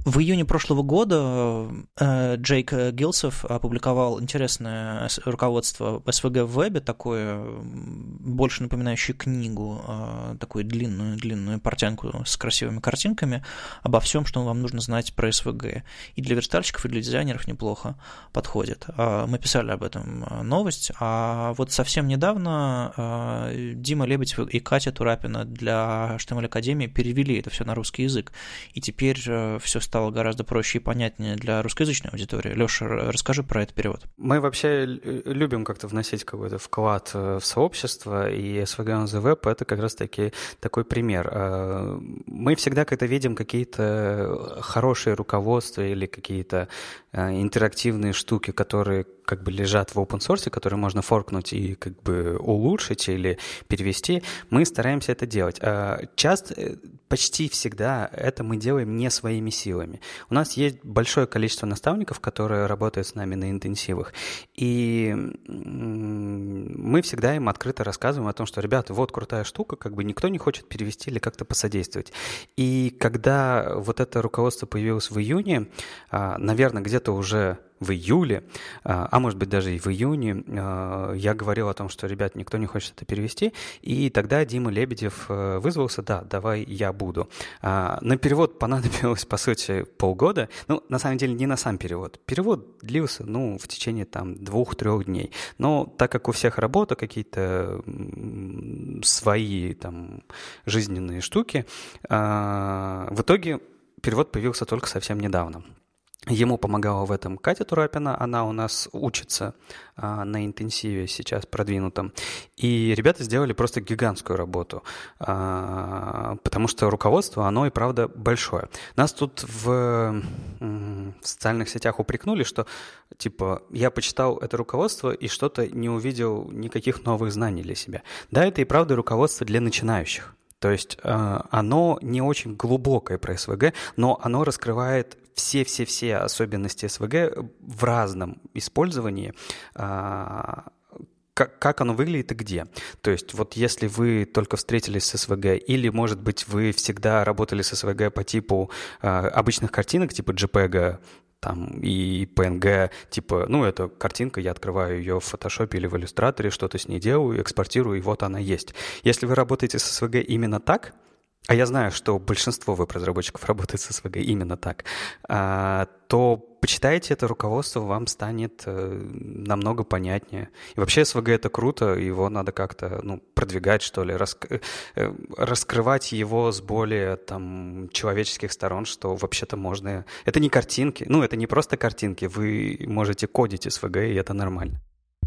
В июне прошлого года Джейк Гилсов опубликовал интересное руководство эс ви джи в вебе, такое, больше напоминающее книгу, такую длинную-длинную портянку с красивыми картинками обо всем, что вам нужно знать про эс ви джи. И для верстальщиков, и для дизайнеров неплохо подходит. Мы писали об этом новость, а вот совсем недавно Дима Лебедев и Катя Турапина для эйч ти эм эль Академии перевели это все на русский язык. И теперь все стало гораздо проще и понятнее для русскоязычной аудитории. Леша, расскажи про этот перевод. Мы вообще любим как-то вносить какой-то вклад в сообщество, и эс ви джи on the Web — это как раз-таки такой пример. Мы всегда, когда видим какие-то хорошие руководства или какие-то интерактивные штуки, которые как бы лежат в open source, которые можно форкнуть и как бы улучшить или перевести, мы стараемся это делать. Часто, почти всегда это мы делаем не своими силами. У нас есть большое количество наставников, которые работают с нами на интенсивах, и мы всегда им открыто рассказываем о том, что, ребята, вот крутая штука, как бы никто не хочет перевести или как-то посодействовать. И когда вот это руководство появилось в июне, наверное, где-то уже в июле, а может быть даже и в июне, я говорил о том, что, ребят, никто не хочет это перевести, и тогда Дима Лебедев вызвался, да, давай я буду. На перевод понадобилось, по сути, полгода, ну, на самом деле, не на сам перевод. Перевод длился, ну, в течение там двух-трех дней, но так как у всех работа, какие-то свои там жизненные штуки, в итоге перевод появился только совсем недавно. Ему помогала в этом Катя Турапина, она у нас учится а, на интенсиве сейчас продвинутом. И ребята сделали просто гигантскую работу, а, потому что руководство, оно и правда большое. Нас тут в, в социальных сетях упрекнули, что типа я почитал это руководство и что-то не увидел никаких новых знаний для себя. Да, это и правда руководство для начинающих. То есть э, оно не очень глубокое про эс ви джи, но оно раскрывает все-все-все особенности эс ви джи в разном использовании, э, как, как оно выглядит и где. То есть вот если вы только встретились с эс ви джи, или, может быть, вы всегда работали с эс ви джи по типу э, обычных картинок, типа джей-пега, там, и пи эн джи, типа, ну, это картинка, я открываю ее в фотошопе или в иллюстраторе, что-то с ней делаю, экспортирую, и вот она есть. Если вы работаете с эс ви джи именно так, а я знаю, что большинство веб-разработчиков работает с эс ви джи именно так, то почитайте это руководство, вам станет намного понятнее. И вообще эс ви джи — это круто, его надо как-то, ну, продвигать, что ли, раск... раскрывать его с более там человеческих сторон, что вообще-то можно... Это не картинки, ну, это не просто картинки, вы можете кодить эс ви джи, и это нормально.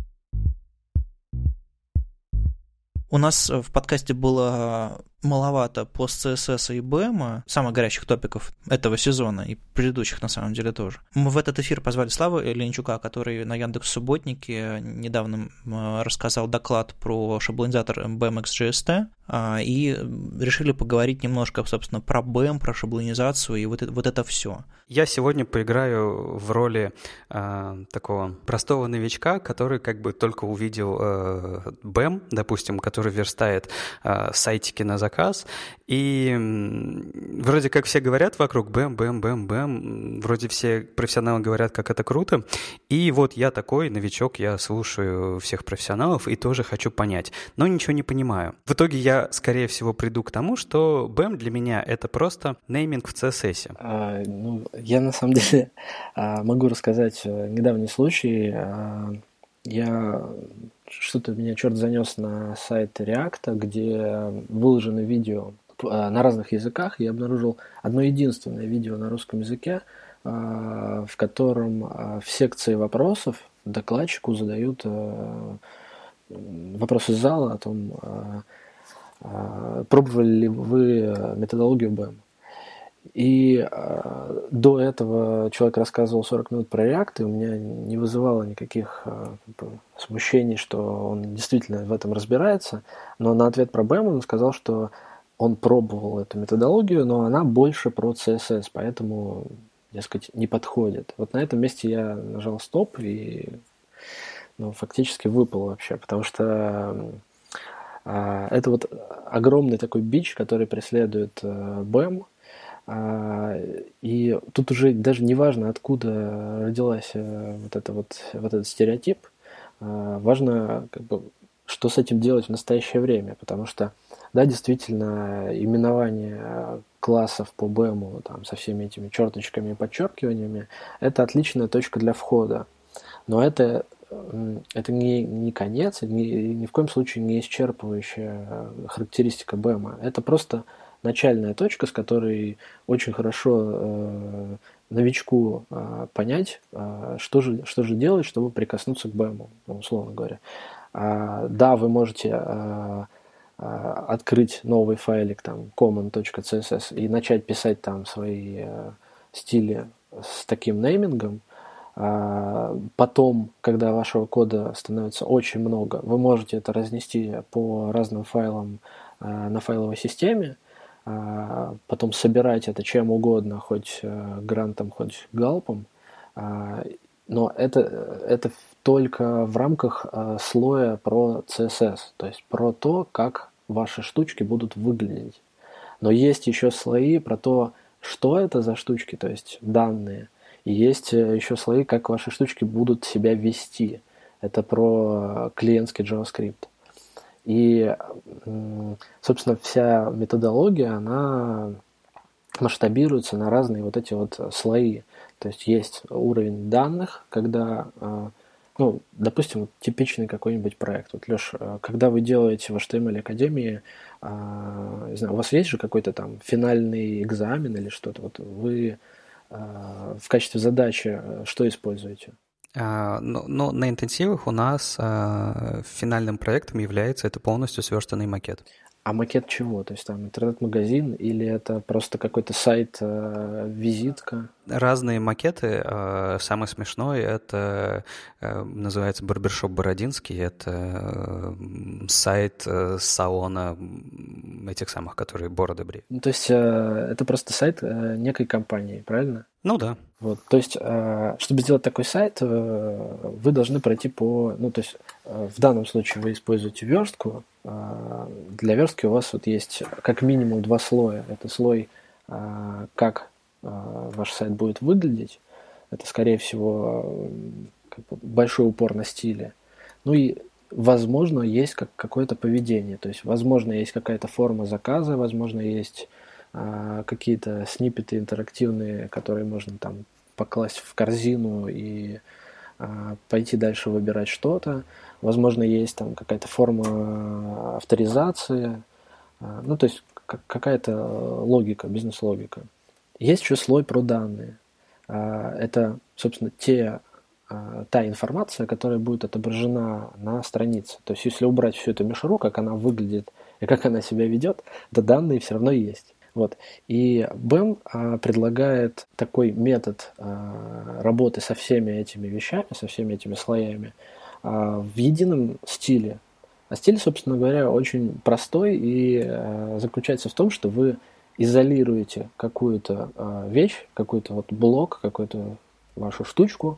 У нас в подкасте было маловато пост-си эс эс и би эм, самых горячих топиков этого сезона и предыдущих, на самом деле, тоже. Мы в этот эфир позвали Славу Ленчука, который на Яндекс.Субботнике недавно рассказал доклад про шаблонизатор би эм икс джей эс ти, и решили поговорить немножко, собственно, про би эм, про шаблонизацию и вот это, вот это все. Я сегодня поиграю в роли э, такого простого новичка, который как бы только увидел э, би эм, допустим, который верстает э, сайтики на заказ, и э, вроде как все говорят вокруг би эм, би эм, би эм, би эм, вроде все профессионалы говорят, как это круто, и вот я такой новичок, я слушаю всех профессионалов и тоже хочу понять, но ничего не понимаю. В итоге я, скорее всего, приду к тому, что би эм для меня это просто нейминг в си эс эс. А, ну, я на самом деле могу рассказать недавний случай. Я что-то меня черт занес на сайт React, где выложено видео на разных языках. Я обнаружил одно единственное видео на русском языке, в котором в секции вопросов докладчику задают вопросы из зала о том, пробовали ли вы методологию би эм. И э, до этого человек рассказывал сорок минут про React, и у меня не вызывало никаких э, смущений, что он действительно в этом разбирается. Но на ответ про би эм он сказал, что он пробовал эту методологию, но она больше про си эс эс, поэтому, дескать, не подходит. Вот на этом месте я нажал стоп и ну, фактически выпал вообще, потому что э, это вот огромный такой бич, который преследует э, би эм. И тут уже даже не важно, откуда родилась вот, это вот, вот этот стереотип. Важно, как бы, что с этим делать в настоящее время, потому что, да, действительно, именование классов по бэму там, со всеми этими черточками и подчеркиваниями – это отличная точка для входа. Но это, это не, не конец, ни, ни в коем случае не исчерпывающая характеристика бэма. Это просто начальная точка, с которой очень хорошо э, новичку э, понять, э, что же, что же делать, чтобы прикоснуться к бэму, условно говоря. А, да, вы можете а, а, открыть новый файлик там common.css и начать писать там свои а, стили с таким неймингом. А, потом, когда вашего кода становится очень много, вы можете это разнести по разным файлам а, на файловой системе, а, потом собирать это чем угодно, хоть а, грантом, хоть галпом. А, но это, это только в рамках э, слоя про си эс эс, то есть про то, как ваши штучки будут выглядеть. Но есть еще слои про то, что это за штучки, то есть данные, и есть еще слои, как ваши штучки будут себя вести. Это про клиентский JavaScript. И, собственно, вся методология, она масштабируется на разные вот эти вот слои. То есть есть уровень данных, когда, ну, допустим, типичный какой-нибудь проект. Вот, Леш, когда вы делаете в эйч ти эм эль-академии, не знаю, у вас есть же какой-то там финальный экзамен или что-то? Вот вы в качестве задачи что используете? А, ну, ну, на интенсивах у нас а, финальным проектом является это полностью сверстанный макет. А макет чего? То есть там интернет-магазин или это просто какой-то сайт, э, визитка? Разные макеты. Э, самый смешной это э, называется Барбершоп Бородинский. Это э, сайт э, салона этих самых, которые бороды бреют. Ну, то есть э, это просто сайт э, некой компании, правильно? Ну да. Вот, то есть, э, чтобы сделать такой сайт, э, вы должны пройти по... Ну, то есть, э, в данном случае вы используете верстку. Э, для верстки у вас вот есть как минимум два слоя. Это слой, э, как э, ваш сайт будет выглядеть. Это, скорее всего, э, как бы большой упор на стиле. Ну и, возможно, есть как, какое-то поведение. То есть, возможно, есть какая-то форма заказа, возможно, есть... какие-то сниппеты интерактивные, которые можно там покласть в корзину и а, пойти дальше выбирать что-то. Возможно, есть там какая-то форма авторизации. А, ну, то есть какая-то логика, бизнес-логика. Есть еще слой про данные. А, это, собственно, те, а, та информация, которая будет отображена на странице. То есть если убрать всю эту мишуру, как она выглядит и как она себя ведет, то данные все равно есть. Вот. И бэм а, предлагает такой метод а, работы со всеми этими вещами, со всеми этими слоями а, в едином стиле. А стиль, собственно говоря, очень простой и а, заключается в том, что вы изолируете какую-то а, вещь, какой-то вот блок, какую-то вашу штучку,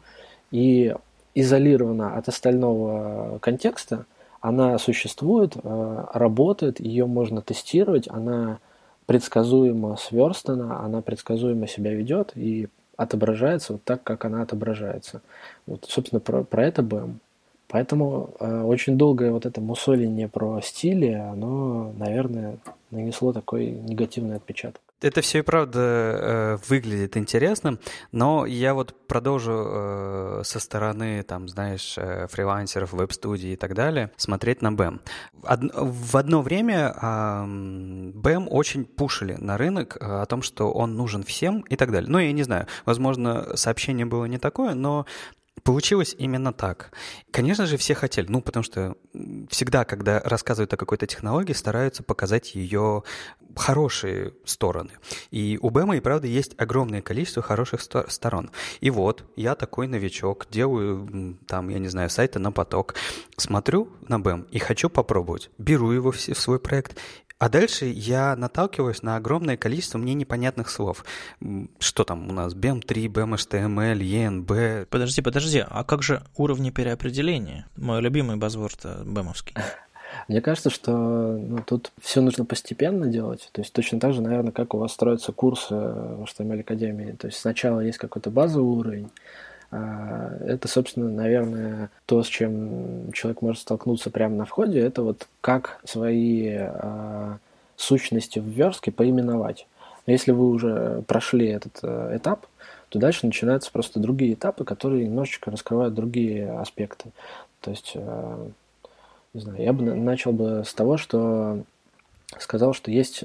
и изолированно от остального контекста она существует, а, работает, ее можно тестировать, она предсказуемо сверстана, она предсказуемо себя ведет и отображается вот так, как она отображается. Вот, собственно, про, про это бэм. Поэтому э, очень долгое вот это мусоление про стили, оно, наверное, нанесло такой негативный отпечаток. Это все и правда э, выглядит интересным, но я вот продолжу э, со стороны, там, знаешь, э, фрилансеров, веб-студий и так далее, смотреть на бэм. Од, в одно время э, бэм очень пушили на рынок э, о том, что он нужен всем и так далее. Ну, я не знаю, возможно, сообщение было не такое, но получилось именно так. Конечно же, все хотели, ну, потому что всегда, когда рассказывают о какой-то технологии, стараются показать ее хорошие стороны. И у бэма, и правда, есть огромное количество хороших сто- сторон. И вот, я такой новичок, делаю, там, я не знаю, сайты на поток, смотрю на бэм и хочу попробовать. Беру его в, в свой проект. А дальше я наталкиваюсь на огромное количество мне непонятных слов. Что там у нас? би эм три, би эм эйч ти эм эль, и эн би. Подожди, подожди, а как же уровни переопределения? Мой любимый базворд бэмовский. Мне кажется, что ну, тут все нужно постепенно делать. То есть точно так же, наверное, как у вас строятся курсы в эйч ти эм эль-академии. То есть сначала есть какой-то базовый уровень. Это, собственно, наверное, то, с чем человек может столкнуться прямо на входе. Это вот как свои сущности в верстке поименовать. Но если вы уже прошли этот этап, то дальше начинаются просто другие этапы, которые немножечко раскрывают другие аспекты. То есть, не знаю, я бы начал бы с того, что сказал, что есть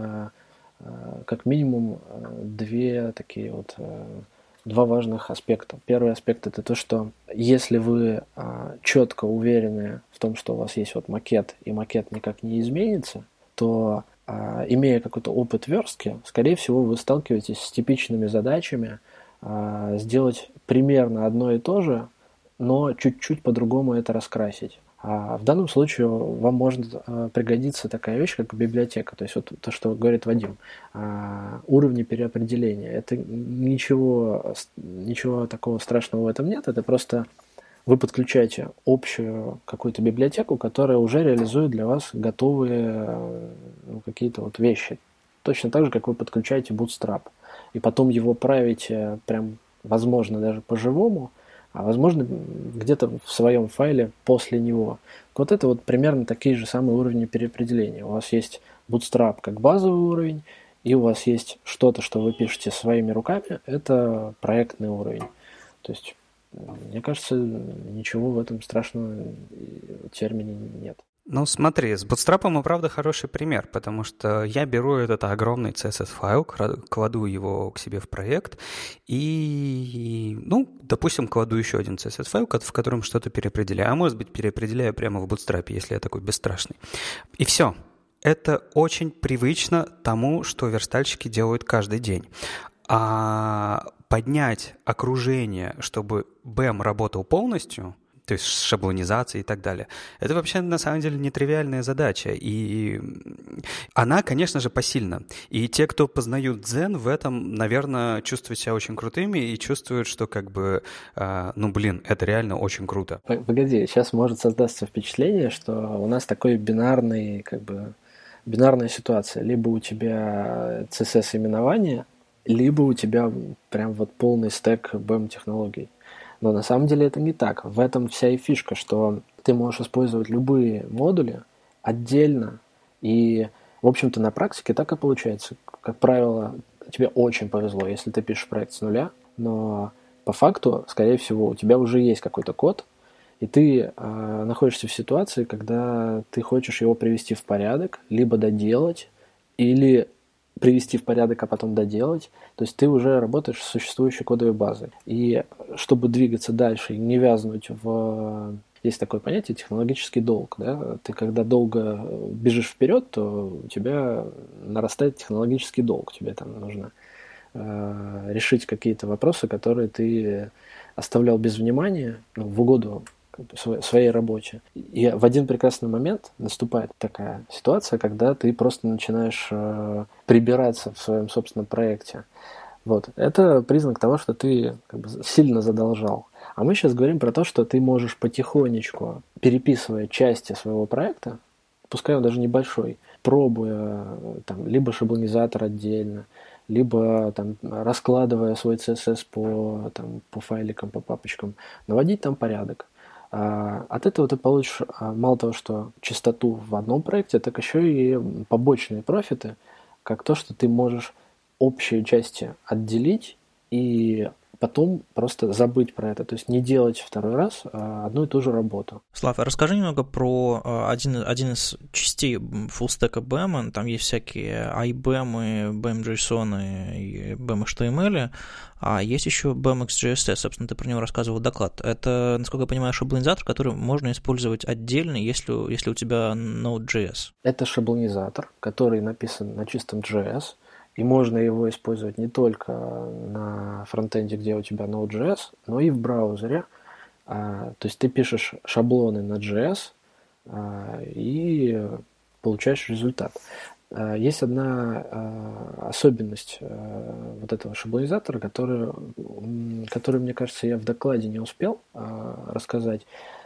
как минимум две такие вот, два важных аспекта. Первый аспект – это то, что если вы четко уверены в том, что у вас есть вот макет, и макет никак не изменится, то, имея какой-то опыт верстки, скорее всего, вы сталкиваетесь с типичными задачами сделать примерно одно и то же, но чуть-чуть по-другому это раскрасить. А в данном случае вам может пригодиться такая вещь, как библиотека. То есть вот то, что говорит Вадим, уровни переопределения. Это ничего, ничего такого страшного в этом нет. Это просто вы подключаете общую какую-то библиотеку, которая уже реализует для вас готовые ну, какие-то вот вещи. Точно так же, как вы подключаете Bootstrap. И потом его правите прям, возможно, даже по-живому, а возможно, где-то в своем файле после него. Вот это вот примерно такие же самые уровни переопределения. У вас есть Bootstrap как базовый уровень, и у вас есть что-то, что вы пишете своими руками, это проектный уровень. То есть, мне кажется, ничего в этом страшного термине нет. Ну, смотри, с Bootstrap и правда хороший пример, потому что я беру этот огромный си эс эс-файл, кладу его к себе в проект и, ну, допустим, кладу еще один си эс эс-файл, в котором что-то переопределяю, а может быть, переопределяю прямо в Bootstrap, если я такой бесстрашный. И все. Это очень привычно тому, что верстальщики делают каждый день. А поднять окружение, чтобы би и эм работал полностью, то есть с шаблонизацией и так далее. Это вообще, на самом деле, нетривиальная задача. И она, конечно же, посильна. И те, кто познают дзен, в этом, наверное, чувствуют себя очень крутыми и чувствуют, что как бы, э, ну, блин, это реально очень круто. Погоди, сейчас может создаться впечатление, что у нас такой бинарный, как бы, бинарная ситуация. Либо у тебя си эс эс-именование, либо у тебя прям вот полный стек би и эм-технологий. Но на самом деле это не так. В этом вся и фишка, что ты можешь использовать любые модули отдельно. И, в общем-то, на практике так и получается. Как правило, тебе очень повезло, если ты пишешь проект с нуля, но по факту, скорее всего, у тебя уже есть какой-то код, и ты э, находишься в ситуации, когда ты хочешь его привести в порядок, либо доделать, или привести в порядок, а потом доделать. То есть ты уже работаешь с существующей кодовой базой. И чтобы двигаться дальше и не вязнуть в... Есть такое понятие технологический долг. Да? Ты когда долго бежишь вперед, то у тебя нарастает технологический долг. Тебе там нужно э, решить какие-то вопросы, которые ты оставлял без внимания, ну, в угоду своей работе. И в один прекрасный момент наступает такая ситуация, когда ты просто начинаешь э, прибираться в своем собственном проекте. Вот. Это признак того, что ты как бы сильно задолжал. А мы сейчас говорим про то, что ты можешь потихонечку, переписывая части своего проекта, пускай он даже небольшой, пробуя там, либо шаблонизатор отдельно, либо там, раскладывая свой си эс эс по, там, по файликам, по папочкам, наводить там порядок. От этого ты получишь мало того, что чистоту в одном проекте, так еще и побочные профиты, как то, что ты можешь общие части отделить и потом просто забыть про это, то есть не делать второй раз одну и ту же работу. Слав, расскажи немного про один, один из частей фуллстека би и эм. Там есть всякие ай би и эм, би и эм-JSON и би и эм-эйч ти эм эль, а есть еще би и эм икс джей эс, собственно, ты про него рассказывал доклад. Это, насколько я понимаю, шаблонизатор, который можно использовать отдельно, если, если у тебя Node.js. Это шаблонизатор, который написан на чистом джей эс, и можно его использовать не только на фронтенде, где у тебя Node.js, но и в браузере. А, то есть ты пишешь шаблоны на джей эс а, и получаешь результат. А, есть одна а, особенность а, вот этого шаблонизатора, которую, которую, мне кажется, я в докладе не успел а, рассказать.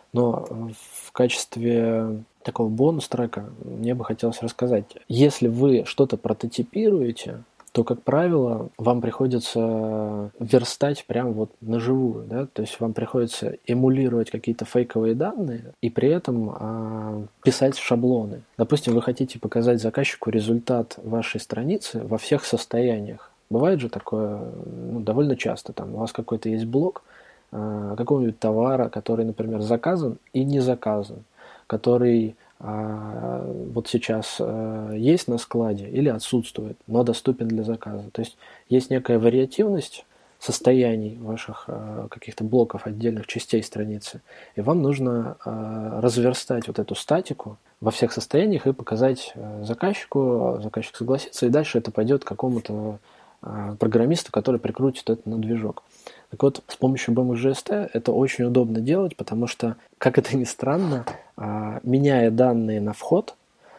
Но в качестве такого бонус-трека мне бы хотелось рассказать. Если вы что-то прототипируете, то, как правило, вам приходится верстать прям вот наживую, да, то есть вам приходится эмулировать какие-то фейковые данные и при этом а, писать шаблоны. Допустим, вы хотите показать заказчику результат вашей страницы во всех состояниях. Бывает же такое, ну, довольно часто. Там у вас какой-то есть блог а, какого-нибудь товара, который, например, заказан и не заказан, который а, вот сейчас а, есть на складе или отсутствует, но доступен для заказа. То есть есть некая вариативность состояний ваших а, каких-то блоков, отдельных частей страницы, и вам нужно а, разверстать вот эту статику во всех состояниях и показать а, заказчику, заказчик согласится, и дальше это пойдет какому-то а, программисту, который прикрутит это на движок. Так вот, с помощью би эм экс джей эс ти это очень удобно делать, потому что, как это ни странно, меняя данные на вход,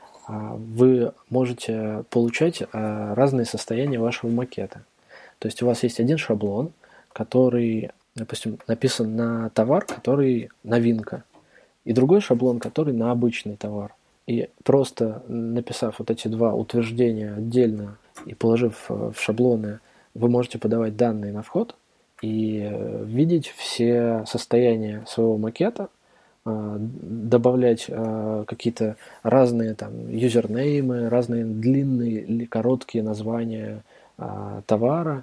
вы можете получать разные состояния вашего макета. То есть у вас есть один шаблон, который, допустим, написан на товар, который новинка, и другой шаблон, который на обычный товар. И просто написав вот эти два утверждения отдельно и положив в шаблоны, вы можете подавать данные на вход и видеть все состояния своего макета, добавлять какие-то разные там юзернеймы, разные длинные или короткие названия товара,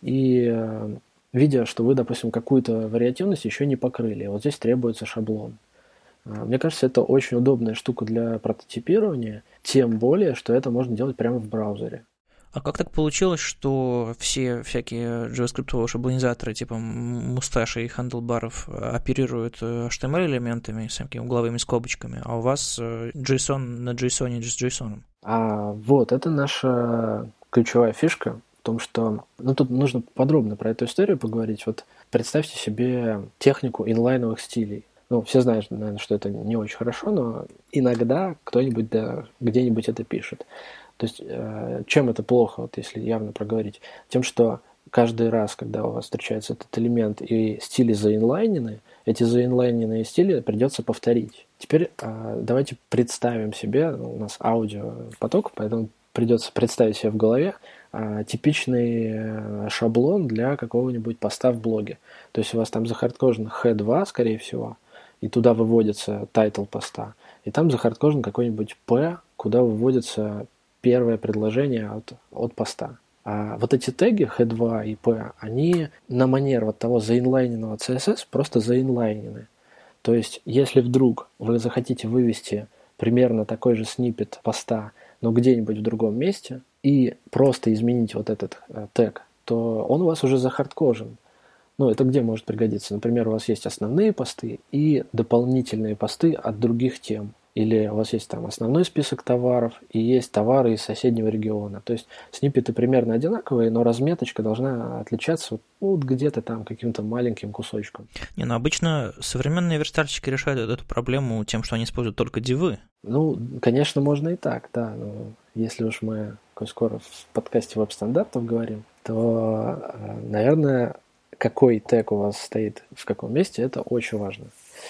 и видя, что вы, допустим, какую-то вариативность еще не покрыли, вот здесь требуется шаблон. Мне кажется, это очень удобная штука для прототипирования, тем более, что это можно делать прямо в браузере. А как так получилось, что все всякие JavaScript шаблонизаторы типа мусташи и хандлбаров оперируют эйч ти эм эль-элементами с такими угловыми скобочками, а у вас JSON на JSON с JSON? А вот, это наша ключевая фишка в том, что... Ну, тут нужно подробно про эту историю поговорить. Вот представьте себе технику инлайновых стилей. Ну, все знают, наверное, что это не очень хорошо, но иногда кто-нибудь да, где-нибудь это пишет. То есть, э, чем это плохо, вот если явно проговорить? Тем, что каждый раз, когда у вас встречается этот элемент и стили заинлайнены, эти заинлайненные стили придется повторить. Теперь э, давайте представим себе, ну, у нас аудиопоток, поэтому придется представить себе в голове э, типичный шаблон для какого-нибудь поста в блоге. То есть у вас там захардкожен эйч два, скорее всего, и туда выводится title поста, и там захардкожен какой-нибудь P, куда выводится первое предложение от, от поста. А вот эти теги эйч два и P, они на манер вот того заинлайненного си эс эс просто заинлайнены. То есть, если вдруг вы захотите вывести примерно такой же сниппет поста, но где-нибудь в другом месте, и просто изменить вот этот э, тег, то он у вас уже захардкожен. Ну, это где может пригодиться? Например, у вас есть основные посты и дополнительные посты от других тем. Или у вас есть там основной список товаров и есть товары из соседнего региона. То есть сниппеты примерно одинаковые, но разметочка должна отличаться вот где-то там каким-то маленьким кусочком. Не, ну обычно современные верстальщики решают эту проблему тем, что они используют только дивы. Ну, конечно, можно и так, да. Но если уж мы скоро в подкасте веб-стандартов говорим, то, наверное, какой тег у вас стоит в каком месте, это очень важно.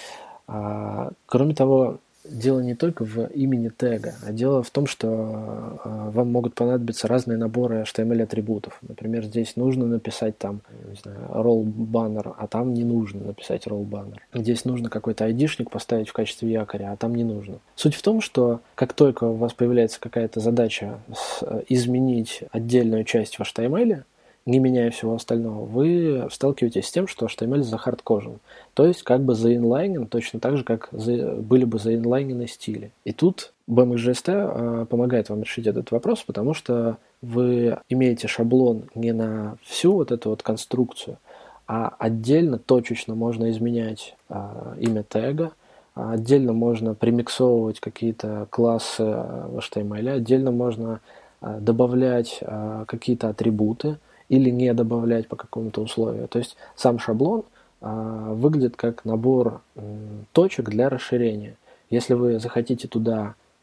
А, кроме того, дело не только в имени тега, а дело в том, что э, вам могут понадобиться разные наборы эйч ти эм эль-атрибутов. Например, здесь нужно написать там, не знаю, roll banner, а там не нужно написать roll banner. Здесь нужно какой-то айдишник поставить в качестве якоря, а там не нужно. Суть в том, что как только у вас появляется какая-то задача с, э, изменить отдельную часть в эйч ти эм эль, не меняя всего остального, вы сталкиваетесь с тем, что эйч ти эм эль захардкожен. То есть как бы заинлайнен точно так же, как за, были бы заинлайнены стили. И тут би эм экс джей эс ти э, помогает вам решить этот вопрос, потому что вы имеете шаблон не на всю вот эту вот конструкцию, а отдельно, точечно можно изменять э, имя тега, отдельно можно премиксовывать какие-то классы в эйч ти эм эль, отдельно можно э, добавлять э, какие-то атрибуты, или не добавлять по какому-то условию. То есть сам шаблон а, выглядит как набор м, точек для расширения. Если вы захотите туда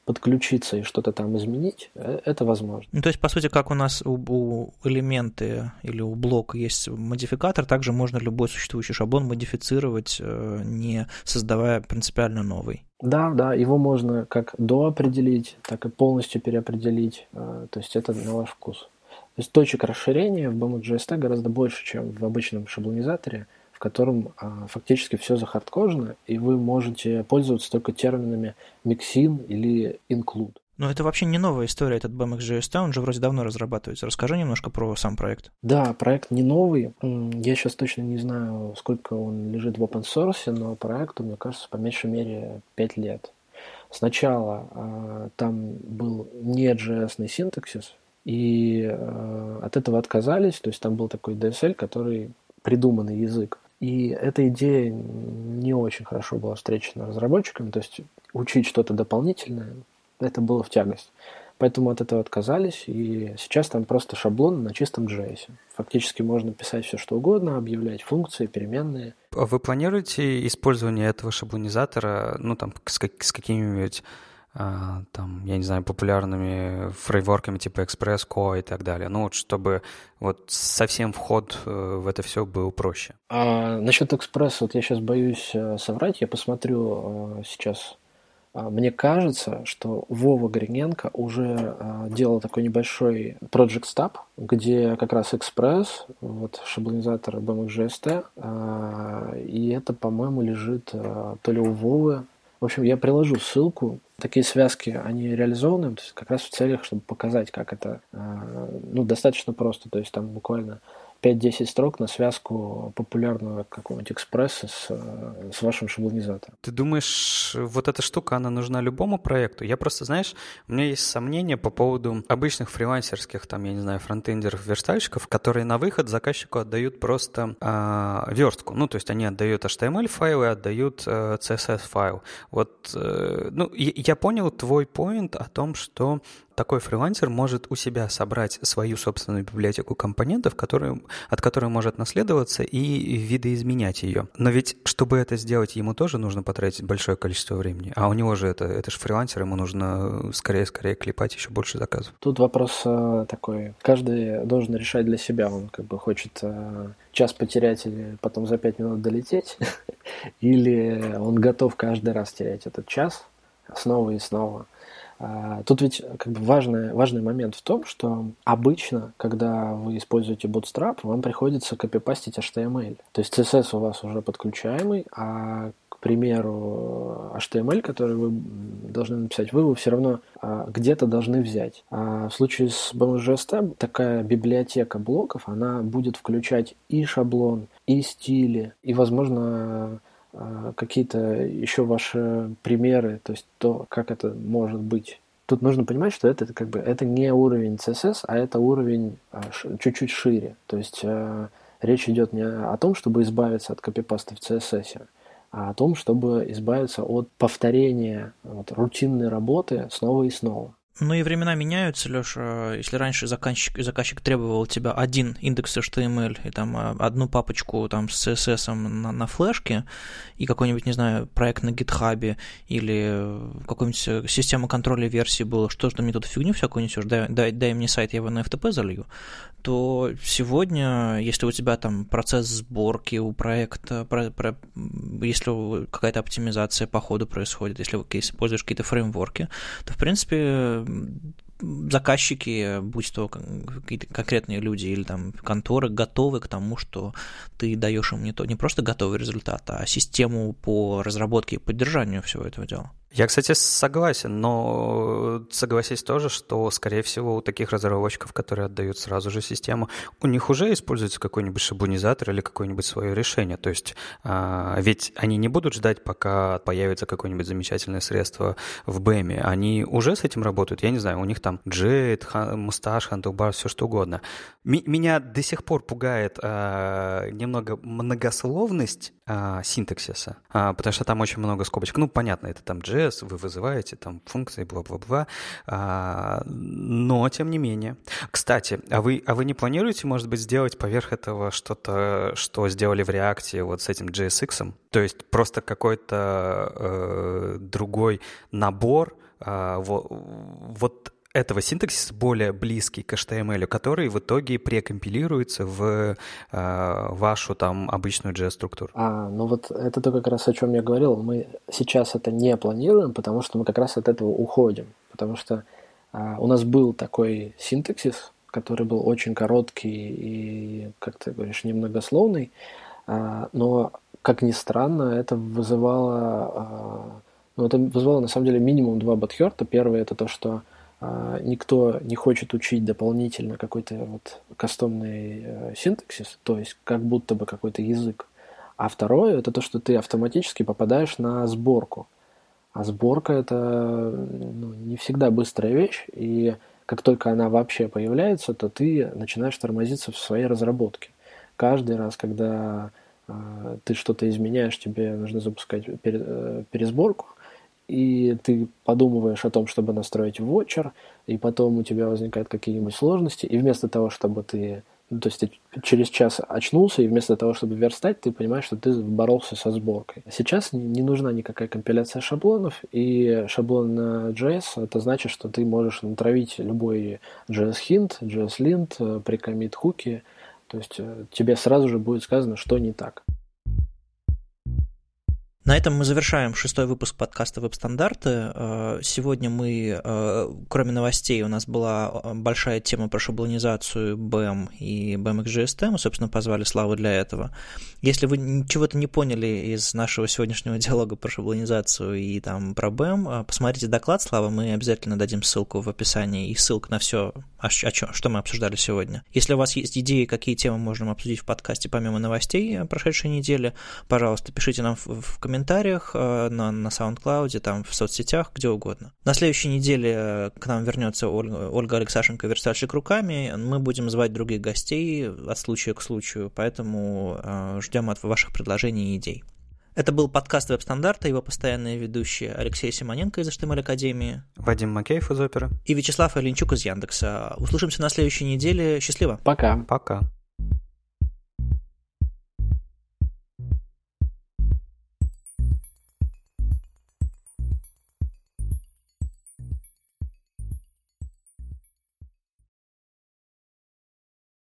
подключиться и что-то там изменить, это возможно. Ну, то есть, по сути, как у нас у, у элементы или у блока есть модификатор, также можно любой существующий шаблон модифицировать, не создавая принципиально новый. Да, да, его можно как доопределить, так и полностью переопределить. То есть это на ваш вкус. То есть точек расширения в би эм джей эс ти гораздо больше, чем в обычном шаблонизаторе, в котором а, фактически все захардкожено, и вы можете пользоваться только терминами mixin или include. Но это вообще не новая история, этот би эм экс джей эс ти, он же вроде давно разрабатывается. Расскажи немножко про сам проект. Да, проект не новый. Я сейчас точно не знаю, сколько он лежит в open source, но проекту, мне кажется, по меньшей мере пять лет. Сначала а, там был не джей эс-ный синтаксис, и а, от этого отказались, то есть там был такой ди эс эль, который придуманный язык. И эта идея не очень хорошо была встречена разработчиками, то есть учить что-то дополнительное, это было в тягость. Поэтому от этого отказались, и сейчас там просто шаблон на чистом джей эс. Фактически можно писать все, что угодно, объявлять функции, переменные. А вы планируете использование этого шаблонизатора, ну, там, с, как, с какими-нибудь, а, там, я не знаю, популярными фреймворками типа Express, Core и так далее, ну, вот чтобы вот совсем вход в это все был проще? А насчет Express, вот я сейчас боюсь соврать, я посмотрю сейчас. Мне кажется, что Вова Гриненко уже а, делал такой небольшой Project Stub, где как раз Express, вот шаблонизатор би эм экс джей эс ти, а, и это, по-моему, лежит а, то ли у Вовы. В общем, я приложу ссылку. Такие связки, они реализованы, то есть как раз в целях, чтобы показать, как это, а, ну, достаточно просто, то есть там буквально пять-десять строк на связку популярного какого-нибудь экспресса с, с вашим шаблонизатором. Ты думаешь, вот эта штука, она нужна любому проекту? Я просто, знаешь, у меня есть сомнения по поводу обычных фрилансерских, там, я не знаю, фронтендеров, верстальщиков, которые на выход заказчику отдают просто э, верстку. Ну, то есть они отдают эйч ти эм эль-файл и отдают э, си эс эс-файл. Вот, э, ну, я, я понял твой поинт о том, что такой фрилансер может у себя собрать свою собственную библиотеку компонентов, которые, от которой может наследоваться и видоизменять ее. Но ведь, чтобы это сделать, ему тоже нужно потратить большое количество времени. А у него же это, это же фрилансер, ему нужно скорее-скорее клепать еще больше заказов. Тут вопрос э, такой. Каждый должен решать для себя. Он как бы хочет э, час потерять или потом за пять минут долететь. Или он готов каждый раз терять этот час снова и снова. Тут ведь как бы важный, важный момент в том, что обычно, когда вы используете Bootstrap, вам приходится копипастить эйч ти эм эль. То есть си эс эс у вас уже подключаемый, а, к примеру, эйч ти эм эль, который вы должны написать, вы его все равно а, где-то должны взять. А в случае с би эм джей эс ти такая библиотека блоков, она будет включать и шаблон, и стили, и, возможно, какие-то еще ваши примеры, то есть то, как это может быть. Тут нужно понимать, что это как бы это не уровень си эс эс, а это уровень а, ш, чуть-чуть шире. То есть а, речь идет не о том, чтобы избавиться от копипаста в си эс эс, а о том, чтобы избавиться от повторения вот, рутинной работы снова и снова. Ну и времена меняются, Леша. Если раньше заказчик, заказчик требовал у тебя один индекс эйч ти эм эль и там одну папочку там с си эс эс на, на флешке и какой-нибудь, не знаю, проект на гитхабе или какую-нибудь систему контроля версии было, что ж ты мне тут фигню всякую несешь, дай, дай, дай мне сайт, я его на эф ти пи залью, то сегодня, если у тебя там процесс сборки у проекта, про, про, если какая-то оптимизация по ходу происходит, если вы используешь какие-то фреймворки, то, в принципе, заказчики, будь то какие-то конкретные люди или там конторы, готовы к тому, что ты даешь им не, то, не просто готовый результат, а систему по разработке и поддержанию всего этого дела. Я, кстати, согласен, но согласись тоже, что, скорее всего, у таких разработчиков, которые отдают сразу же систему, у них уже используется какой-нибудь шаблонизатор или какое-нибудь свое решение. То есть а, ведь они не будут ждать, пока появится какое-нибудь замечательное средство в би эм. Они уже с этим работают. Я не знаю, у них там Jet, Mustache, Handlebar, все что угодно. М- меня до сих пор пугает а, немного многословность а, синтаксиса, а, потому что там очень много скобочек. Ну, понятно, это там Jet, вы вызываете там функции, бла-бла-бла, а, но тем не менее. Кстати, а вы, а вы не планируете, может быть, сделать поверх этого что-то, что сделали в React вот с этим джей эс икс? То есть просто какой-то э, другой набор а, вот, вот этого синтаксиса более близкий к эйч ти эм эл, который в итоге прекомпилируется в э, вашу там обычную джей эс-структуру. А, ну вот это то как раз о чем я говорил. Мы сейчас это не планируем, потому что мы как раз от этого уходим. Потому что а, у нас был такой синтаксис, который был очень короткий и, как ты говоришь, немногословный, а, но, как ни странно, это вызывало, а, ну, это вызывало на самом деле минимум два бадхерта. Первый — это то, что никто не хочет учить дополнительно какой-то вот кастомный э, синтаксис, то есть как будто бы какой-то язык. А второе — это то, что ты автоматически попадаешь на сборку. А сборка — это ну, не всегда быстрая вещь, и как только она вообще появляется, то ты начинаешь тормозиться в своей разработке. Каждый раз, когда э, ты что-то изменяешь, тебе нужно запускать пересборку, и ты подумываешь о том, чтобы настроить вотчер, и потом у тебя возникают какие-нибудь сложности, и вместо того, чтобы ты, ну, то есть ты через час очнулся, и вместо того, чтобы верстать, ты понимаешь, что ты боролся со сборкой. Сейчас не нужна никакая компиляция шаблонов, и шаблон на джей эс, это значит, что ты можешь натравить любой джей эс-хинт, джей эс-линт, прикоммит-хуки, то есть тебе сразу же будет сказано, что не так. На этом мы завершаем шестой выпуск подкаста «Веб-стандарты». Сегодня мы, кроме новостей, у нас была большая тема про шаблонизацию би и эм и би эм икс джей эс ти. Мы, собственно, позвали Славу для этого. Если вы чего-то не поняли из нашего сегодняшнего диалога про шаблонизацию и там про би и эм, посмотрите доклад Славы, мы обязательно дадим ссылку в описании и ссылку на все, о чем, что мы обсуждали сегодня. Если у вас есть идеи, какие темы можем обсудить в подкасте помимо новостей прошедшей недели, пожалуйста, пишите нам в, в комментариях. В комментариях на, на SoundCloud, там в соцсетях, где угодно. На следующей неделе к нам вернется Ольга, Ольга Алексашенко, верстальщик руками. Мы будем звать других гостей от случая к случаю, поэтому э, ждем от ваших предложений и идей. Это был подкаст «Веб-стандарты», его постоянные ведущие Алексей Симоненко из эйч ти эм эль-академии, Вадим Макеев из Оперы и Вячеслав Оленчук из Яндекса. Услышимся на следующей неделе. Счастливо! Пока! Пока!